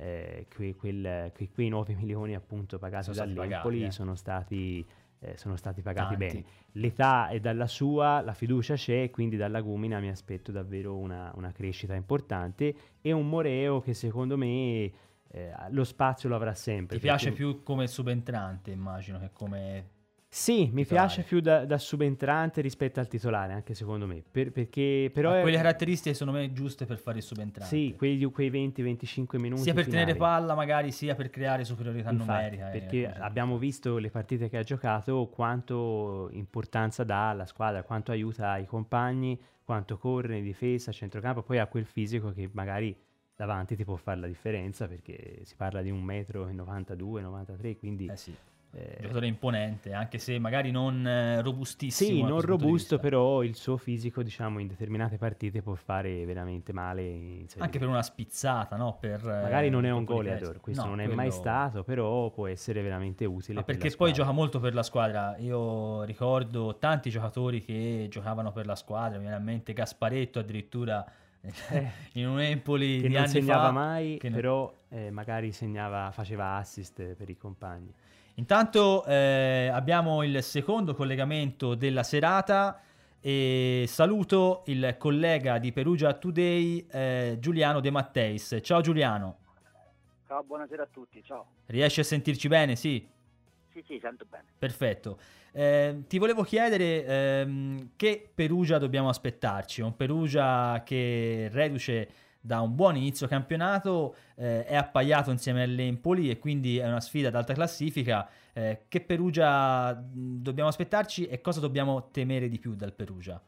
quei 9 milioni appunto pagati dall'Empoli sono stati pagati Tanti. bene. L'età è dalla sua, la fiducia c'è, quindi dalla Lagumina mi aspetto davvero una crescita importante, e un Moreo che secondo me lo spazio lo avrà sempre. Ti piace più come subentrante, immagino, che come... Sì, mi titolare. piace più da subentrante rispetto al titolare, anche secondo me, perché però ha quelle caratteristiche secondo me giuste per fare il subentrante. Sì, quei 20-25 minuti sia per finali. tenere palla magari, sia per creare superiorità numerica. Perché abbiamo visto le partite che ha giocato, quanto importanza dà alla squadra, quanto aiuta i compagni, quanto corre in difesa, centrocampo, poi ha quel fisico che magari davanti ti può fare la differenza, perché si parla di 1,92 m, 93 m, quindi... sì. Giocatore imponente, anche se magari non robustissimo. Sì, non robusto, però il suo fisico, diciamo, in determinate partite può fare veramente male. Anche per una spizzata, no? Magari non è un goleador, questo no, non è mai stato, però può essere veramente utile. Ma perché poi gioca molto per la squadra. Io ricordo tanti giocatori che giocavano per la squadra, mi viene a mente Gasparetto addirittura in un Empoli che di non anni segnava fa, mai, però magari faceva assist per i compagni. Intanto abbiamo il secondo collegamento della serata e saluto il collega di Perugia Today, Giuliano De Matteis. Ciao Giuliano. Ciao, buonasera a tutti, ciao. Riesci a sentirci bene? Sì? Sì, sento bene. Perfetto. Ti volevo chiedere che Perugia dobbiamo aspettarci? Un Perugia che reduce da un buon inizio campionato, è appaiato insieme all'Empoli e quindi è una sfida ad alta classifica. Che Perugia dobbiamo aspettarci e cosa dobbiamo temere di più dal Perugia?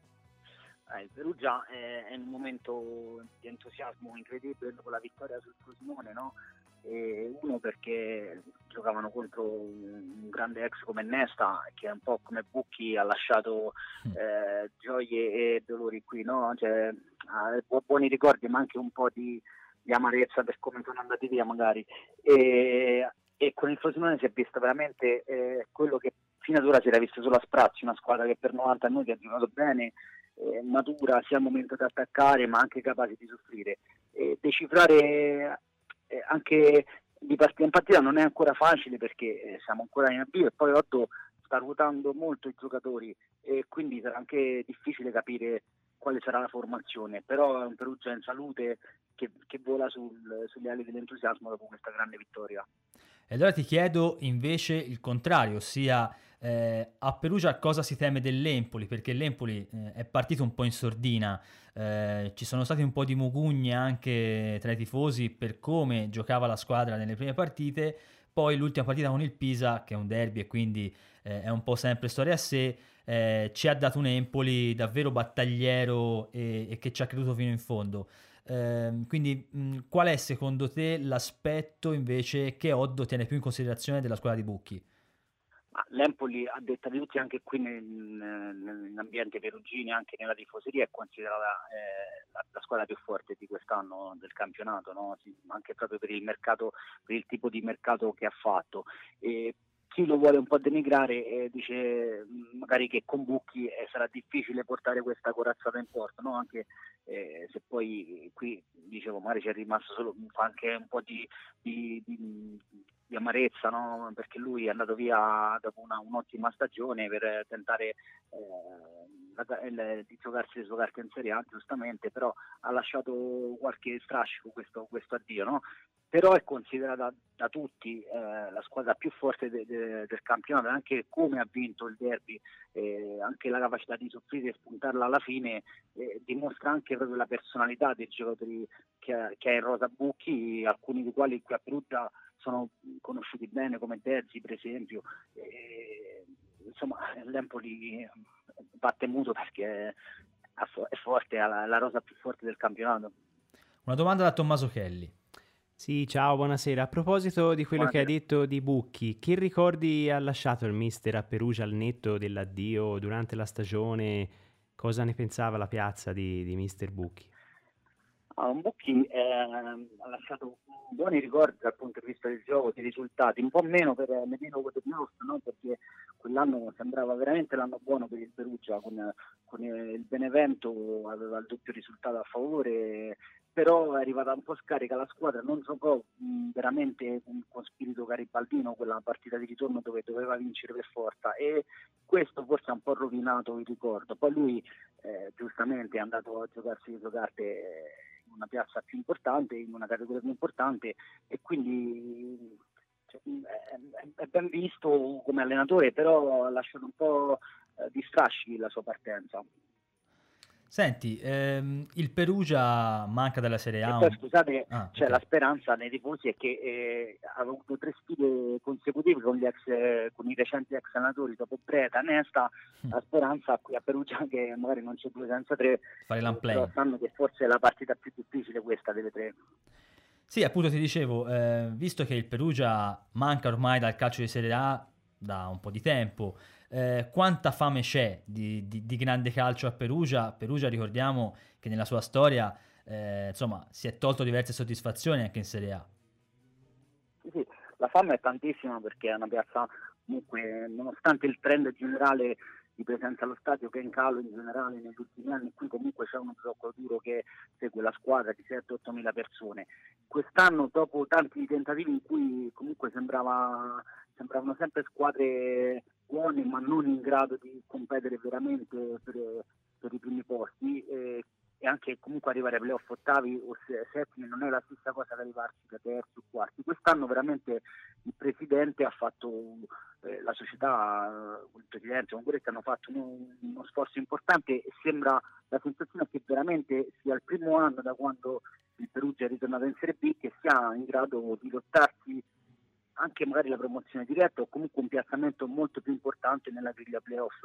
Il Perugia è in un momento di entusiasmo incredibile dopo la vittoria sul Frosinone, no? Uno perché giocavano contro un grande ex come Nesta, che è un po' come Bucchi, ha lasciato gioie e dolori qui, no? Cioè, buoni ricordi, ma anche un po' di amarezza per come sono andati via magari, e con il Frosinone si è visto veramente quello che fino ad ora si era visto solo a sprazzi, una squadra che per 90 minuti ha giocato bene, matura sia al momento di attaccare ma anche capace di soffrire, decifrare anche di partita in partita non è ancora facile, perché siamo ancora in avvio e poi Otto sta ruotando molto i giocatori e quindi sarà anche difficile capire quale sarà la formazione, però è un Perugia in salute che vola sulle ali dell'entusiasmo dopo questa grande vittoria. E allora ti chiedo invece il contrario, ossia a Perugia cosa si teme dell'Empoli, perché l'Empoli è partito un po' in sordina, ci sono stati un po' di mugugne anche tra i tifosi per come giocava la squadra nelle prime partite, poi l'ultima partita con il Pisa, che è un derby e quindi è un po' sempre storia a sé, ci ha dato un Empoli davvero battagliero e che ci ha creduto fino in fondo. Quindi qual è secondo te l'aspetto invece che Oddo tiene più in considerazione della squadra di Bucchi? L'Empoli, a detta di tutti, anche qui nell'ambiente perugino, anche nella tifoseria, è considerata la squadra più forte di quest'anno del campionato, no? Anche proprio per il mercato, per il tipo di mercato che ha fatto. chi lo vuole un po' denigrare dice magari che con Bucchi sarà difficile portare questa corazzata in porto, no? Anche se poi qui dicevo magari c'è rimasto solo, fa anche un po' di amarezza, no? Perché lui è andato via dopo un'ottima stagione per tentare di giocarsi le sue carte in Serie A, giustamente, però ha lasciato qualche strascico questo addio, no? Però è considerata da tutti la squadra più forte del campionato, anche come ha vinto il derby, anche la capacità di soffrire e spuntarla alla fine, dimostra anche proprio la personalità dei giocatori che ha in rosa Bucchi, alcuni dei quali qui a Perugia sono conosciuti bene, come Dezzi per esempio. Insomma, l'Empoli batte muto perché è forte, ha la rosa più forte del campionato. Una domanda da Tommaso Kelly. Sì, ciao, buonasera. A proposito di quello che hai detto di Bucchi, che ricordi ha lasciato il mister a Perugia al netto dell'addio durante la stagione? Cosa ne pensava la piazza di mister Bucchi? Bucchi ha lasciato buoni ricordi dal punto di vista del gioco, dei risultati, un po' meno per Medino Cotopinos, no? Perché quell'anno sembrava veramente l'anno buono per il Perugia, con il Benevento aveva il doppio risultato a favore, però è arrivata un po' scarica la squadra, non giocò veramente con spirito garibaldino quella partita di ritorno dove doveva vincere per forza, e questo forse ha un po' rovinato il ricordo. Poi lui giustamente è andato a giocarsi le sue carte in una piazza più importante, in una categoria più importante, e quindi è ben visto come allenatore, però ha lasciato un po' di strascichi la sua partenza. Senti, il Perugia manca della Serie A. E poi scusate, okay. La speranza nei tifosi è che ha avuto 3 sfide consecutive con i recenti ex allenatori, dopo Breta, Nesta. La speranza qui a Perugia, che magari non c'è 2 senza 3, però sanno che forse è la partita più difficile questa delle 3. Sì, appunto ti dicevo, visto che il Perugia manca ormai dal calcio di Serie A da un po' di tempo, quanta fame c'è di grande calcio a Perugia? Perugia, ricordiamo che nella sua storia insomma, si è tolto diverse soddisfazioni anche in Serie A. Sì, la fame è tantissima, perché è una piazza comunque, nonostante il trend generale di presenza allo stadio che è in calo in generale negli ultimi anni, qui comunque c'è uno gioco duro che segue la squadra di 7-8 mila persone. Quest'anno, dopo tanti tentativi in cui comunque sembravano sempre squadre buone ma non in grado di competere veramente per i primi posti, e anche comunque arrivare ai playoff ottavi o settimi non è la stessa cosa che arrivarci da terzi o quarti. Quest'anno veramente il presidente ha fatto, la società, il presidente Unguretti hanno fatto uno sforzo importante, e sembra, la sensazione è che veramente sia il primo anno da quando il Perugia è ritornato in Serie B che sia in grado di lottarsi anche magari la promozione diretta, o comunque un piazzamento molto più importante nella griglia playoff.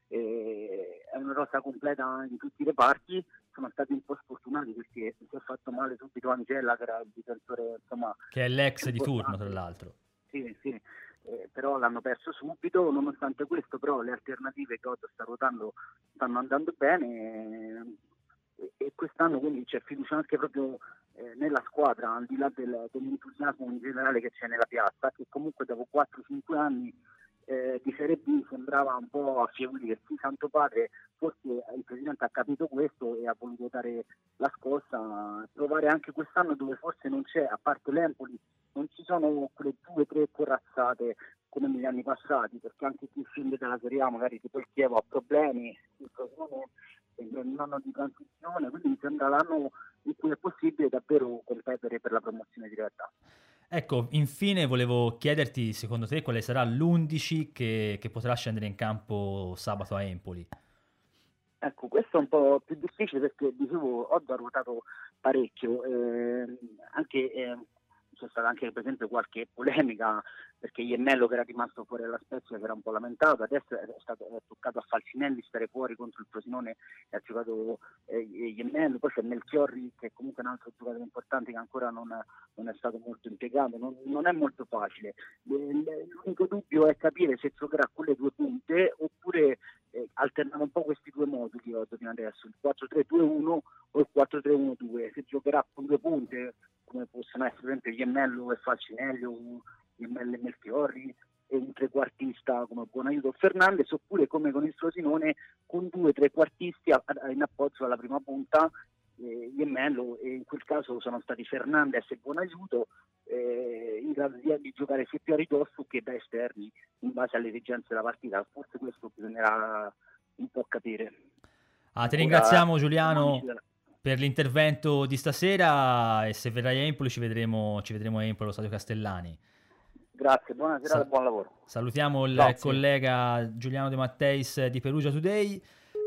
È una rosa completa in tutti i reparti. Sono stati un po' sfortunati perché si è fatto male subito Angela, che era il difensore, insomma, che è l'ex di turno, tra l'altro. Sì, però l'hanno perso subito. Nonostante questo, però, le alternative che Otto sta ruotando stanno andando bene, e quest'anno quindi c'è fiducia anche proprio nella squadra, al di là dell'entusiasmo in generale che c'è nella piazza, che comunque dopo 4-5 anni di Serie B sembrava un po' affievolirsi. Santo Padre, forse il presidente ha capito questo e ha voluto dare la scossa, provare anche quest'anno dove forse non c'è, a parte l'Empoli, non ci sono quelle 2-3 corazzate come negli anni passati, perché anche chi scende dalla Serie A, magari tipo il Chievo, ha problemi, il Frosinone è un anno di transizione, quindi mi sembra l'anno in cui è possibile davvero competere per la promozione diretta. Ecco, infine volevo chiederti, secondo te, quale sarà l'11 che potrà scendere in campo sabato a Empoli? Ecco, questo è un po' più difficile, perché dicevo, Oddo ha ruotato parecchio, c'è stata anche per esempio qualche polemica, perché Iemmello, che era rimasto fuori dalla Spezia, si era un po' lamentato. Adesso è toccato a Falcinelli stare fuori contro il Frosinone, e ha giocato Iemmello. Poi c'è Melchiorri, che comunque è un altro giocatore importante, che ancora non è stato molto impiegato. Non è molto facile. L'unico dubbio è capire se giocherà con le 2 punte oppure alternare un po' questi 2 moduli fino adesso, il 4-3-2-1 o il 4-3-1-2. Se giocherà con 2 punte, come possono essere per esempio Iemmello e Falcinelli, o Iemmello e Melchiorri, un trequartista come Buonaiuto o Fernandez, oppure come con il Frosinone con 2 trequartisti in appoggio alla prima punta, Iemmello, e in quel caso sono stati Fernandez e Buonaiuto, in grado di giocare sia più a ridosso che da esterni in base alle esigenze della partita. Forse questo bisognerà un po' capire. Ti ringraziamo Giuliano per l'intervento di stasera, e se verrai a Empoli ci vedremo a Empoli allo Stadio Castellani. Grazie, buona serata e buon lavoro. Salutiamo il collega Giuliano De Matteis di Perugia Today.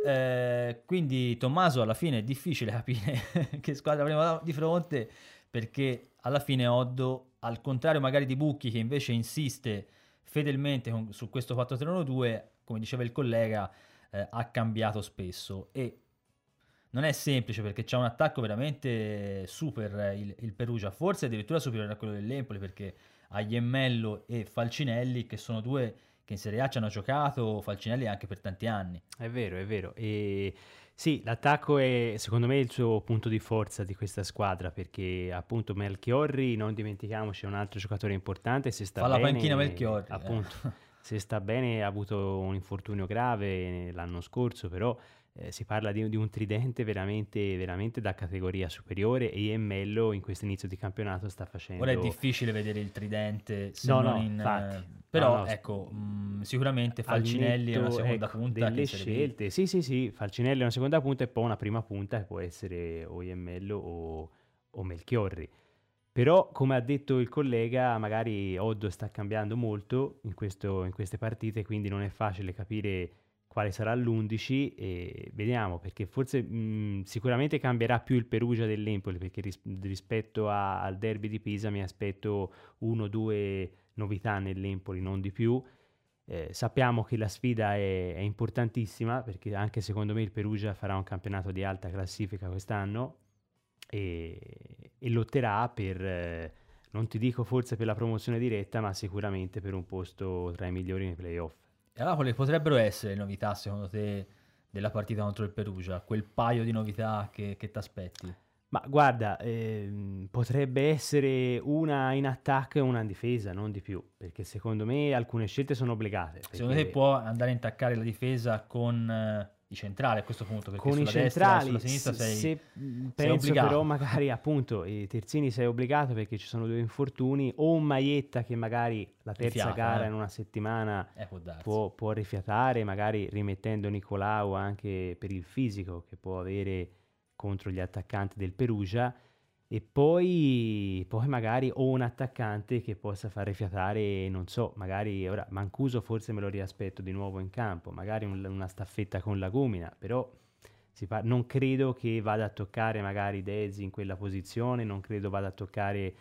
Quindi Tommaso, alla fine è difficile capire che squadra avremo di fronte, perché alla fine Oddo, al contrario magari di Bucchi che invece insiste fedelmente su questo 4-3-1-2, come diceva il collega, ha cambiato spesso, e non è semplice perché c'è un attacco veramente super il Perugia, forse addirittura superiore a quello dell'Empoli, perché ha Iemmello e Falcinelli, che sono due che in Serie A ci hanno giocato, Falcinelli anche per tanti anni. È vero. E sì, l'attacco è secondo me il suo punto di forza di questa squadra, perché appunto Melchiorri, non dimentichiamoci, è un altro giocatore importante, se sta Fa bene, la panchina Melchiorri. Appunto, se sta bene, ha avuto un infortunio grave l'anno scorso, però si parla di un tridente veramente da categoria superiore, e Iemmello in questo inizio di campionato sta facendo... Ora è difficile vedere il tridente se infatti. Però ecco, sicuramente Falcinelli è una seconda punta delle scelte. Sì, Falcinelli è una seconda punta, e poi una prima punta che può essere o Iemmello o Melchiorri. Però, come ha detto il collega, magari Oddo sta cambiando molto in queste partite, quindi non è facile capire quale sarà l'11, e vediamo, perché forse sicuramente cambierà più il Perugia dell'Empoli, perché rispetto al derby di Pisa mi aspetto 1-2 novità nell'Empoli, non di più. Sappiamo che la sfida è importantissima, perché anche secondo me il Perugia farà un campionato di alta classifica quest'anno, e lotterà per, non ti dico forse per la promozione diretta, ma sicuramente per un posto tra i migliori nei playoff. E allora quali potrebbero essere le novità secondo te della partita contro il Perugia? Quel paio di novità che ti aspetti? Ma guarda, potrebbe essere una in attacco e una in difesa, non di più, perché secondo me alcune scelte sono obbligate. Secondo te può andare a intaccare la difesa con i centrali a questo punto? Perché con sulla i destra e centrali, sulla sinistra sei penso obbligato. però magari appunto i terzini sei obbligato, perché ci sono 2 infortuni, o un Maietta che magari la terza gara in una settimana può rifiatare, magari rimettendo Nicolau anche per il fisico che può avere contro gli attaccanti del Perugia, e poi magari o un attaccante che possa far rifiatare, non so, magari ora Mancuso forse me lo riaspetto di nuovo in campo, magari una staffetta con Lagumina, però non credo che vada a toccare magari Desi in quella posizione, non credo vada a toccare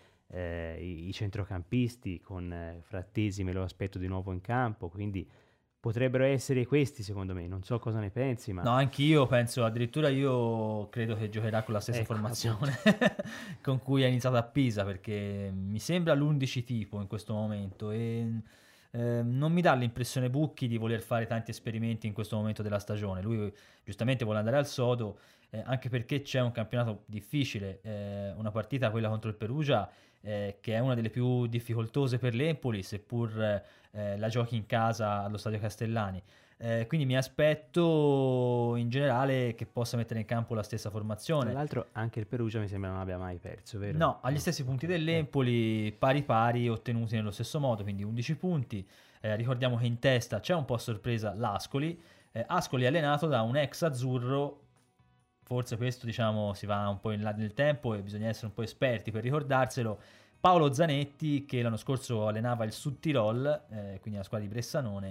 i centrocampisti, con Frattesi me lo aspetto di nuovo in campo, quindi potrebbero essere questi secondo me, non so cosa ne pensi, ma... No, anch'io penso, addirittura io credo che giocherà con la stessa formazione con cui ha iniziato a Pisa, perché mi sembra l'11 tipo in questo momento, e non mi dà l'impressione Bucchi di voler fare tanti esperimenti in questo momento della stagione. Lui giustamente vuole andare al sodo, anche perché c'è un campionato difficile, una partita, quella contro il Perugia, che è una delle più difficoltose per l'Empoli, seppur la giochi in casa allo Stadio Castellani. Quindi mi aspetto in generale che possa mettere in campo la stessa formazione. Tra l'altro anche il Perugia mi sembra non abbia mai perso, vero? No, agli stessi punti dell'Empoli, pari ottenuti nello stesso modo, quindi 11 punti. Ricordiamo che in testa c'è un po' a sorpresa l'Ascoli. Ascoli allenato da un ex azzurro. Forse questo, diciamo, si va un po' in là nel tempo e bisogna essere un po' esperti per ricordarselo. Paolo Zanetti, che l'anno scorso allenava il Sud Tirol, quindi la squadra di Bressanone,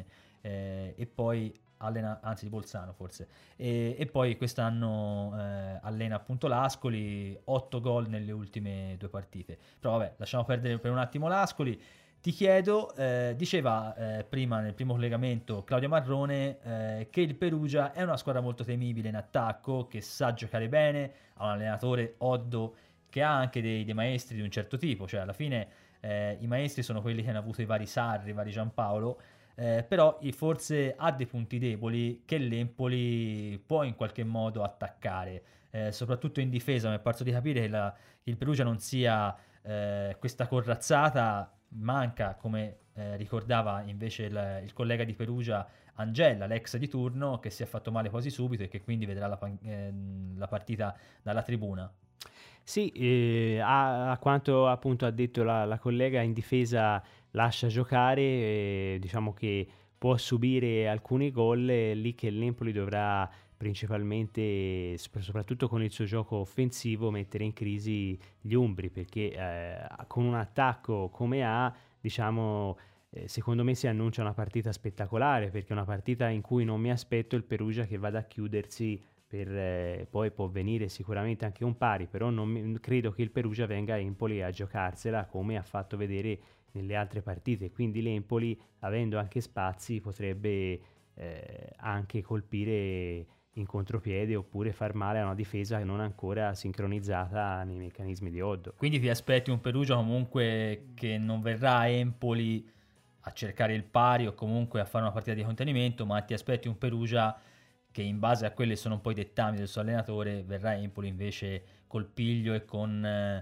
e poi anzi di Bolzano forse, e poi quest'anno allena appunto l'Ascoli, 8 gol nelle ultime 2 partite. Però vabbè, lasciamo perdere per un attimo l'Ascoli. Ti chiedo, diceva prima nel primo collegamento Claudio Marrone che il Perugia è una squadra molto temibile in attacco, che sa giocare bene, ha un allenatore, Oddo, che ha anche dei maestri di un certo tipo, cioè alla fine i maestri sono quelli che hanno avuto i vari Sarri, i vari Giampaolo, però forse ha dei punti deboli che l'Empoli può in qualche modo attaccare, soprattutto in difesa. Mi è parso di capire che il Perugia non sia questa corazzata manca, come ricordava invece il collega di Perugia, Angella, l'ex di turno, che si è fatto male quasi subito e che quindi vedrà la partita dalla tribuna. Sì, a quanto appunto ha detto la collega, in difesa lascia giocare, diciamo che può subire alcuni gol, lì che l'Empoli dovrà principalmente, soprattutto con il suo gioco offensivo, mettere in crisi gli umbri, perché con un attacco come ha, diciamo, secondo me si annuncia una partita spettacolare, perché è una partita in cui non mi aspetto il Perugia che vada a chiudersi, poi può venire sicuramente anche un pari, però non credo che il Perugia venga a Empoli a giocarsela come ha fatto vedere nelle altre partite, quindi l'Empoli, avendo anche spazi, potrebbe anche colpire in contropiede oppure far male a una difesa non ancora sincronizzata nei meccanismi di Oddo. Quindi ti aspetti un Perugia comunque che non verrà a Empoli a cercare il pari o comunque a fare una partita di contenimento, ma ti aspetti un Perugia che in base a quelli sono un po' i dettami del suo allenatore verrà a Empoli invece col piglio e con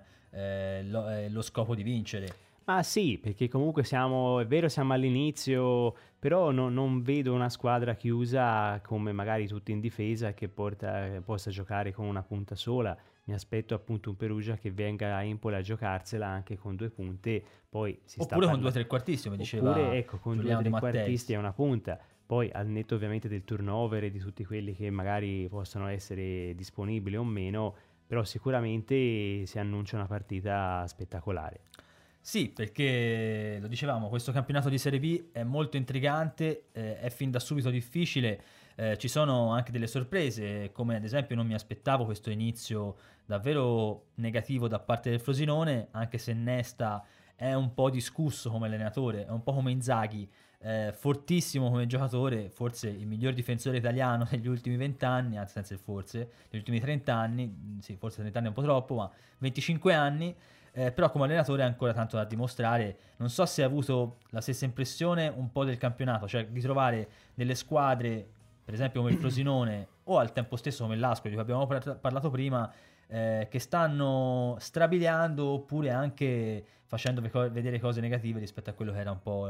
lo scopo di vincere. Ma sì, perché comunque è vero siamo all'inizio, però non vedo una squadra chiusa come magari tutti in difesa che possa giocare con una punta sola. Mi aspetto appunto un Perugia che venga a Empoli a giocarsela anche con 2 punte, poi oppure con 2 trequartisti, come diceva oppure ecco, con Giuliano 2 De Matteis. trequartisti e una punta. Poi al netto ovviamente del turnover e di tutti quelli che magari possono essere disponibili o meno, però sicuramente si annuncia una partita spettacolare. Sì, perché lo dicevamo, questo campionato di Serie B è molto intrigante, è fin da subito difficile, ci sono anche delle sorprese, come ad esempio non mi aspettavo questo inizio davvero negativo da parte del Frosinone, anche se Nesta è un po' discusso come allenatore, è un po' come Inzaghi, fortissimo come giocatore, forse il miglior difensore italiano negli ultimi 20 anni, anzi senza il forse, negli ultimi 30 anni, sì, forse 30 anni è un po' troppo, ma 25 anni. Però come allenatore ha ancora tanto da dimostrare. Non so se ha avuto la stessa impressione un po' del campionato, cioè di trovare delle squadre, per esempio come il Frosinone, o al tempo stesso come l'Ascoli, di cui abbiamo parlato prima, che stanno strabiliando oppure anche facendo vedere cose negative rispetto a quello che era un po'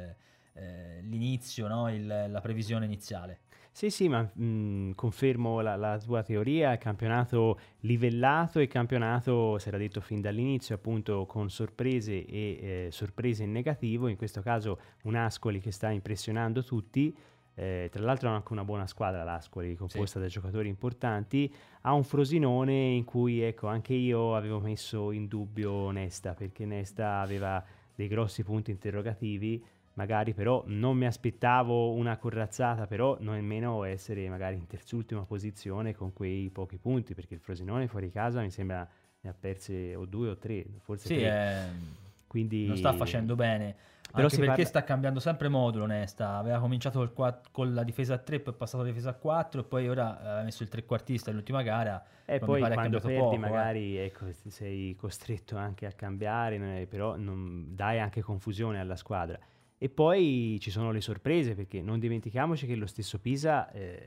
l'inizio, no? La previsione iniziale. Sì, ma confermo la tua teoria, il campionato livellato, il campionato, si era detto fin dall'inizio, appunto con sorprese e sorprese in negativo, in questo caso un Ascoli che sta impressionando tutti, tra l'altro ha anche una buona squadra l'Ascoli, composta da giocatori importanti, ha un Frosinone in cui ecco anche io avevo messo in dubbio Nesta, perché Nesta aveva dei grossi punti interrogativi, magari però non mi aspettavo una corazzata, però nemmeno essere magari in terzultima posizione con quei pochi punti, perché il Frosinone fuori casa mi sembra ne ha perse o 2 o 3, forse sì, 3. Quindi non sta facendo bene, però anche perché sta cambiando sempre modulo Nesta, aveva cominciato con la difesa a 3, poi è passato alla difesa a 4 e poi ora ha messo il trequartista nell'ultima gara e poi quando perdi poco, magari ecco, sei costretto anche a cambiare, però non dai anche confusione alla squadra. E poi ci sono le sorprese, perché non dimentichiamoci che lo stesso Pisa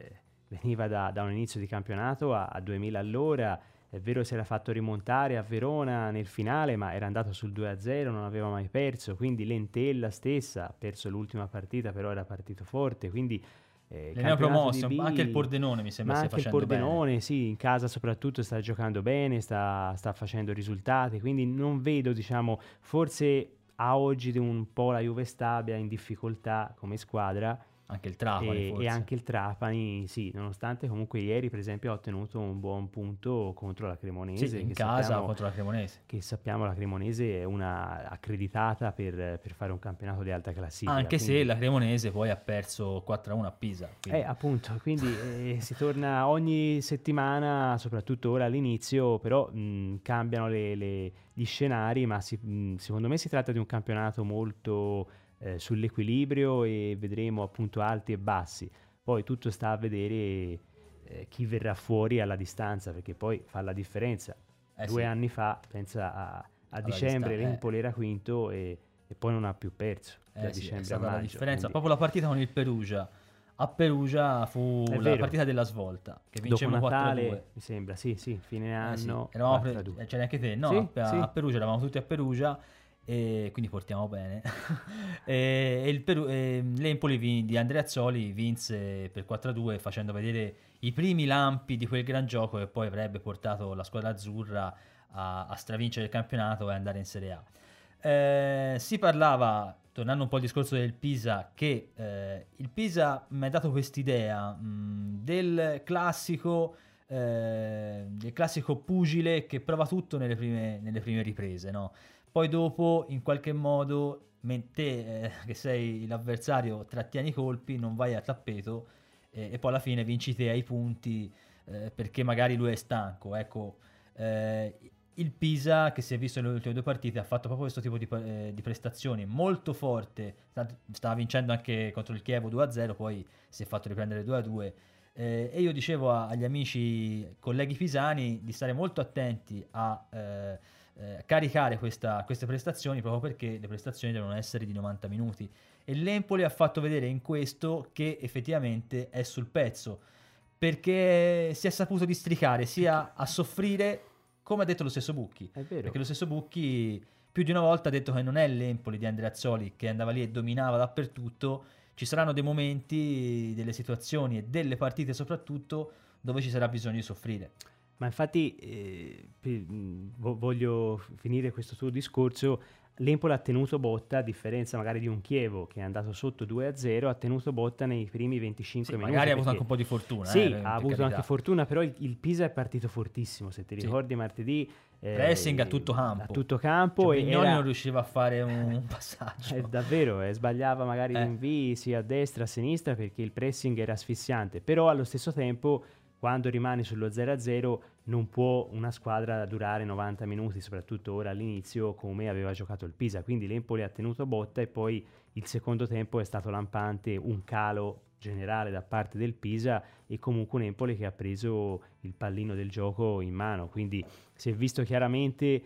veniva da un inizio di campionato a 2000 all'ora, è vero si era fatto rimontare a Verona nel finale, ma era andato sul 2-0, non aveva mai perso, quindi Lentella stessa ha perso l'ultima partita, però era partito forte, quindi le neopromosse, anche il Pordenone mi sembra stia facendo bene. Anche il Pordenone, sì, in casa soprattutto sta giocando bene, sta facendo risultati, quindi non vedo, diciamo, forse a oggi di un po' la Juve Stabia in difficoltà come squadra, anche il Trapani e anche il Trapani, sì, nonostante comunque ieri per esempio ha ottenuto un buon punto contro la Cremonese, sì, in casa contro la Cremonese, che sappiamo la Cremonese è una accreditata per fare un campionato di alta classifica, anche quindi... se la Cremonese poi ha perso 4-1 a Pisa, appunto, quindi si torna ogni settimana, soprattutto ora all'inizio, però cambiano gli scenari, ma secondo me si tratta di un campionato molto sull'equilibrio e vedremo appunto alti e bassi, poi tutto sta a vedere chi verrà fuori alla distanza, perché poi fa la differenza. 2 anni fa, pensa a dicembre l'Empoli era quinto e poi non ha più perso da dicembre a maggio, la differenza, quindi... proprio la partita con il Perugia a Perugia fu la partita della svolta che vincemmo 4-2, mi sembra, sì, fine anno, c'era anche te, no? Sì, a Perugia, eravamo tutti a Perugia e quindi portiamo bene. L'Empoli di Andreazzoli vinse per 4-2 facendo vedere i primi lampi di quel gran gioco che poi avrebbe portato la squadra azzurra a stravincere il campionato e andare in Serie A. Si parlava, tornando un po' al discorso del Pisa, che il Pisa mi ha dato quest'idea del classico pugile che prova tutto nelle prime riprese, no? Poi dopo, in qualche modo, te che sei l'avversario trattieni i colpi, non vai a tappeto e poi alla fine vinci te ai punti perché magari lui è stanco. Ecco, il Pisa, che si è visto nelle ultime 2 partite, ha fatto proprio questo tipo di prestazioni molto forte. Stava vincendo anche contro il Chievo 2-0, poi si è fatto riprendere 2-2. E io dicevo agli amici, colleghi pisani, di stare molto attenti a caricare queste prestazioni, proprio perché le prestazioni devono essere di 90 minuti. E l'Empoli ha fatto vedere in questo che effettivamente è sul pezzo, perché si è saputo districare sia a soffrire, come ha detto lo stesso Bucchi. È vero. Perché lo stesso Bucchi più di una volta ha detto che non è l'Empoli di Andreazzoli che andava lì e dominava dappertutto. Ci saranno dei momenti, delle situazioni e delle partite soprattutto dove ci sarà bisogno di soffrire. Ma infatti voglio finire questo tuo discorso. L'Empoli ha tenuto botta, a differenza magari di un Chievo che è andato sotto 2-0, ha tenuto botta nei primi 25 minuti. Magari ha avuto anche un po' di fortuna. Sì, ha avuto anche fortuna, però il Pisa è partito fortissimo, se ti ricordi martedì. Pressing a tutto campo. A tutto campo. Cioè, Brignoli non riusciva a fare un passaggio. Davvero, sbagliava magari l'invii sia a destra, a sinistra, perché il pressing era asfissiante. Però allo stesso tempo, quando rimani sullo 0-0, non può una squadra durare 90 minuti, soprattutto ora all'inizio, come aveva giocato il Pisa. Quindi l'Empoli ha tenuto botta e poi il secondo tempo è stato lampante, un calo generale da parte del Pisa e comunque un Empoli che ha preso il pallino del gioco in mano. Quindi si è visto chiaramente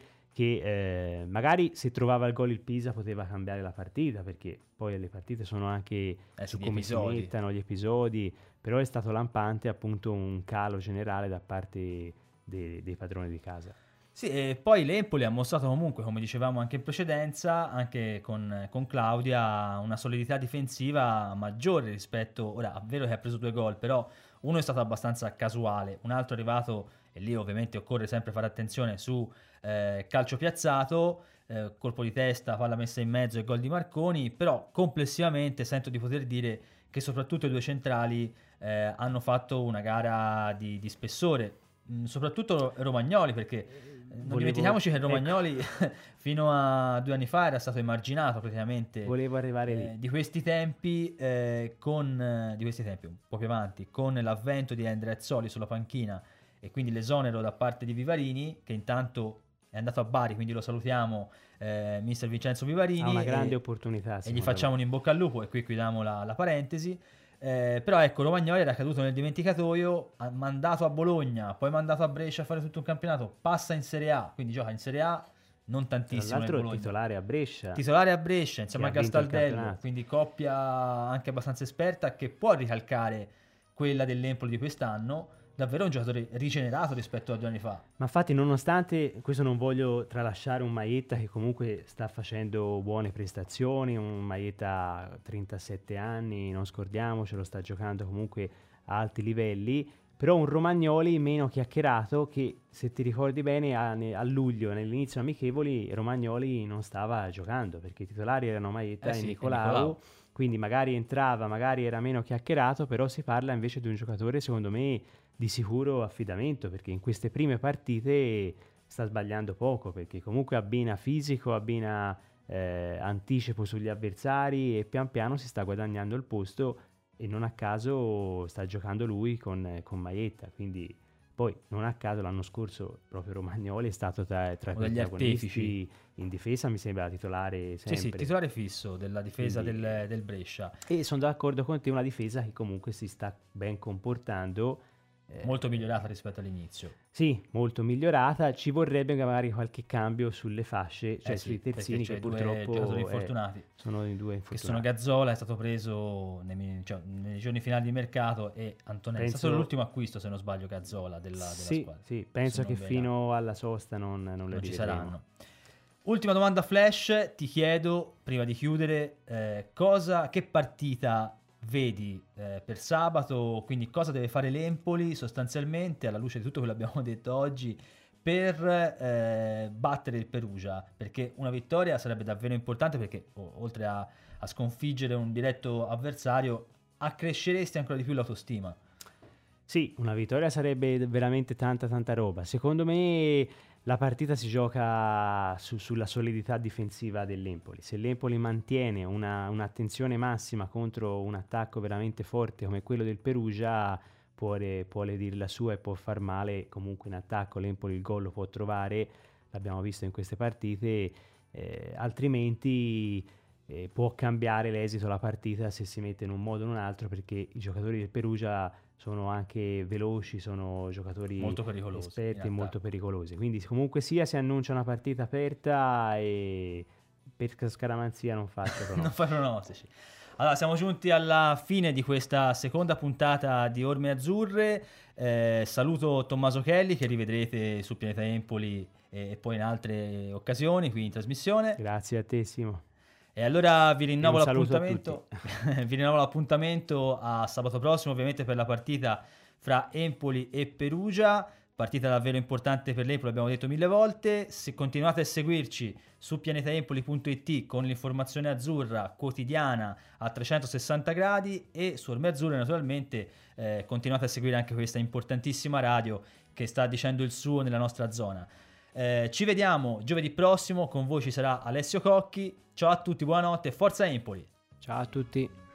che magari se trovava il gol il Pisa poteva cambiare la partita, perché poi le partite sono anche su come si mettano gli episodi, però è stato lampante appunto un calo generale da parte dei padroni di casa. Sì, e poi l'Empoli ha mostrato comunque, come dicevamo anche in precedenza, anche con Claudia, una solidità difensiva maggiore rispetto, ora è vero che ha preso 2 gol, però uno è stato abbastanza casuale, un altro è arrivato, e lì ovviamente occorre sempre fare attenzione su calcio piazzato, colpo di testa, palla messa in mezzo e gol di Marconi, però complessivamente sento di poter dire che soprattutto i 2 centrali hanno fatto una gara di spessore, soprattutto Romagnoli, perché non dimentichiamoci che Romagnoli fino a 2 anni fa era stato emarginato praticamente. Volevo arrivare lì. Di questi tempi, un po' più avanti, con l'avvento di Andreazzoli sulla panchina e quindi l'esonero da parte di Vivarini, che intanto è andato a Bari, quindi lo salutiamo, mister Vincenzo Vivarini. Ha una grande opportunità. E gli facciamo un in bocca al lupo, e qui chiudiamo la parentesi. Però ecco, Romagnoli era caduto nel dimenticatoio, mandato a Bologna, poi mandato a Brescia a fare tutto un campionato, passa in Serie A, quindi gioca in Serie A, non tantissimo. Tra l'altro titolare a Brescia insieme a Castaldello, quindi coppia anche abbastanza esperta che può ricalcare quella dell'Empoli di quest'anno. Davvero un giocatore rigenerato rispetto a 2 anni fa. Ma infatti, nonostante questo, non voglio tralasciare un Maietta che comunque sta facendo buone prestazioni, un Maietta 37 anni, non scordiamocelo, sta giocando comunque a alti livelli, però un Romagnoli meno chiacchierato che, se ti ricordi bene, a luglio, nell'inizio amichevoli, Romagnoli non stava giocando, perché i titolari erano Maietta e Nicolau. Quindi magari entrava, magari era meno chiacchierato, però si parla invece di un giocatore, secondo me, di sicuro affidamento, perché in queste prime partite sta sbagliando poco, perché comunque abbina fisico, abbina anticipo sugli avversari e pian piano si sta guadagnando il posto, e non a caso sta giocando lui con Maietta. Quindi poi non a caso l'anno scorso proprio Romagnoli è stato tra i protagonisti in difesa, mi sembra titolare sempre. Sì, titolare fisso della difesa del Brescia. E sono d'accordo con te, una difesa che comunque si sta ben comportando. Molto migliorata rispetto all'inizio. Sì, molto migliorata. Ci vorrebbe magari qualche cambio sulle fasce, cioè sui terzini, che purtroppo infortunati. Sono i 2 infortunati. Che sono Gazzola, è stato preso nei giorni finali di mercato, e Antonelli. È stato l'ultimo acquisto, se non sbaglio, Gazzola della squadra. Sì, penso che fino alla sosta non le ci saranno. Ultima domanda flash, ti chiedo, prima di chiudere, che partita vedi per sabato, quindi cosa deve fare l'Empoli sostanzialmente, alla luce di tutto quello che abbiamo detto oggi, per battere il Perugia, perché una vittoria sarebbe davvero importante, perché oltre a sconfiggere un diretto avversario, accresceresti ancora di più l'autostima. Sì, una vittoria sarebbe veramente tanta roba. Secondo me la partita si gioca sulla solidità difensiva dell'Empoli. Se l'Empoli mantiene un'attenzione massima contro un attacco veramente forte come quello del Perugia, può dire la sua e può far male comunque in attacco. L'Empoli il gol lo può trovare, l'abbiamo visto in queste partite, altrimenti può cambiare l'esito della partita se si mette in un modo o in un altro, perché i giocatori del Perugia sono anche veloci, sono giocatori molto pericolosi, esperti e molto pericolosi. Quindi comunque sia si annuncia una partita aperta e per scaramanzia non faccio pronostici. Non fai pronostici. Allora, siamo giunti alla fine di questa seconda puntata di Orme Azzurre. Saluto Tommaso Kelly, che rivedrete su Pianeta Empoli e poi in altre occasioni qui in trasmissione. Grazie a te, Simo. E allora vi rinnovo l'appuntamento. Vi rinnovo l'appuntamento a sabato prossimo, ovviamente, per la partita fra Empoli e Perugia. Partita davvero importante per l'Empoli, l'abbiamo detto 1000 volte. Se continuate a seguirci su pianetaempoli.it con l'informazione azzurra quotidiana a 360 gradi e su Orme Azzurre, naturalmente, continuate a seguire anche questa importantissima radio che sta dicendo il suo nella nostra zona. Ci vediamo giovedì prossimo, con voi ci sarà Alessio Cocchi. Ciao a tutti, buonanotte, forza Empoli. Ciao a tutti.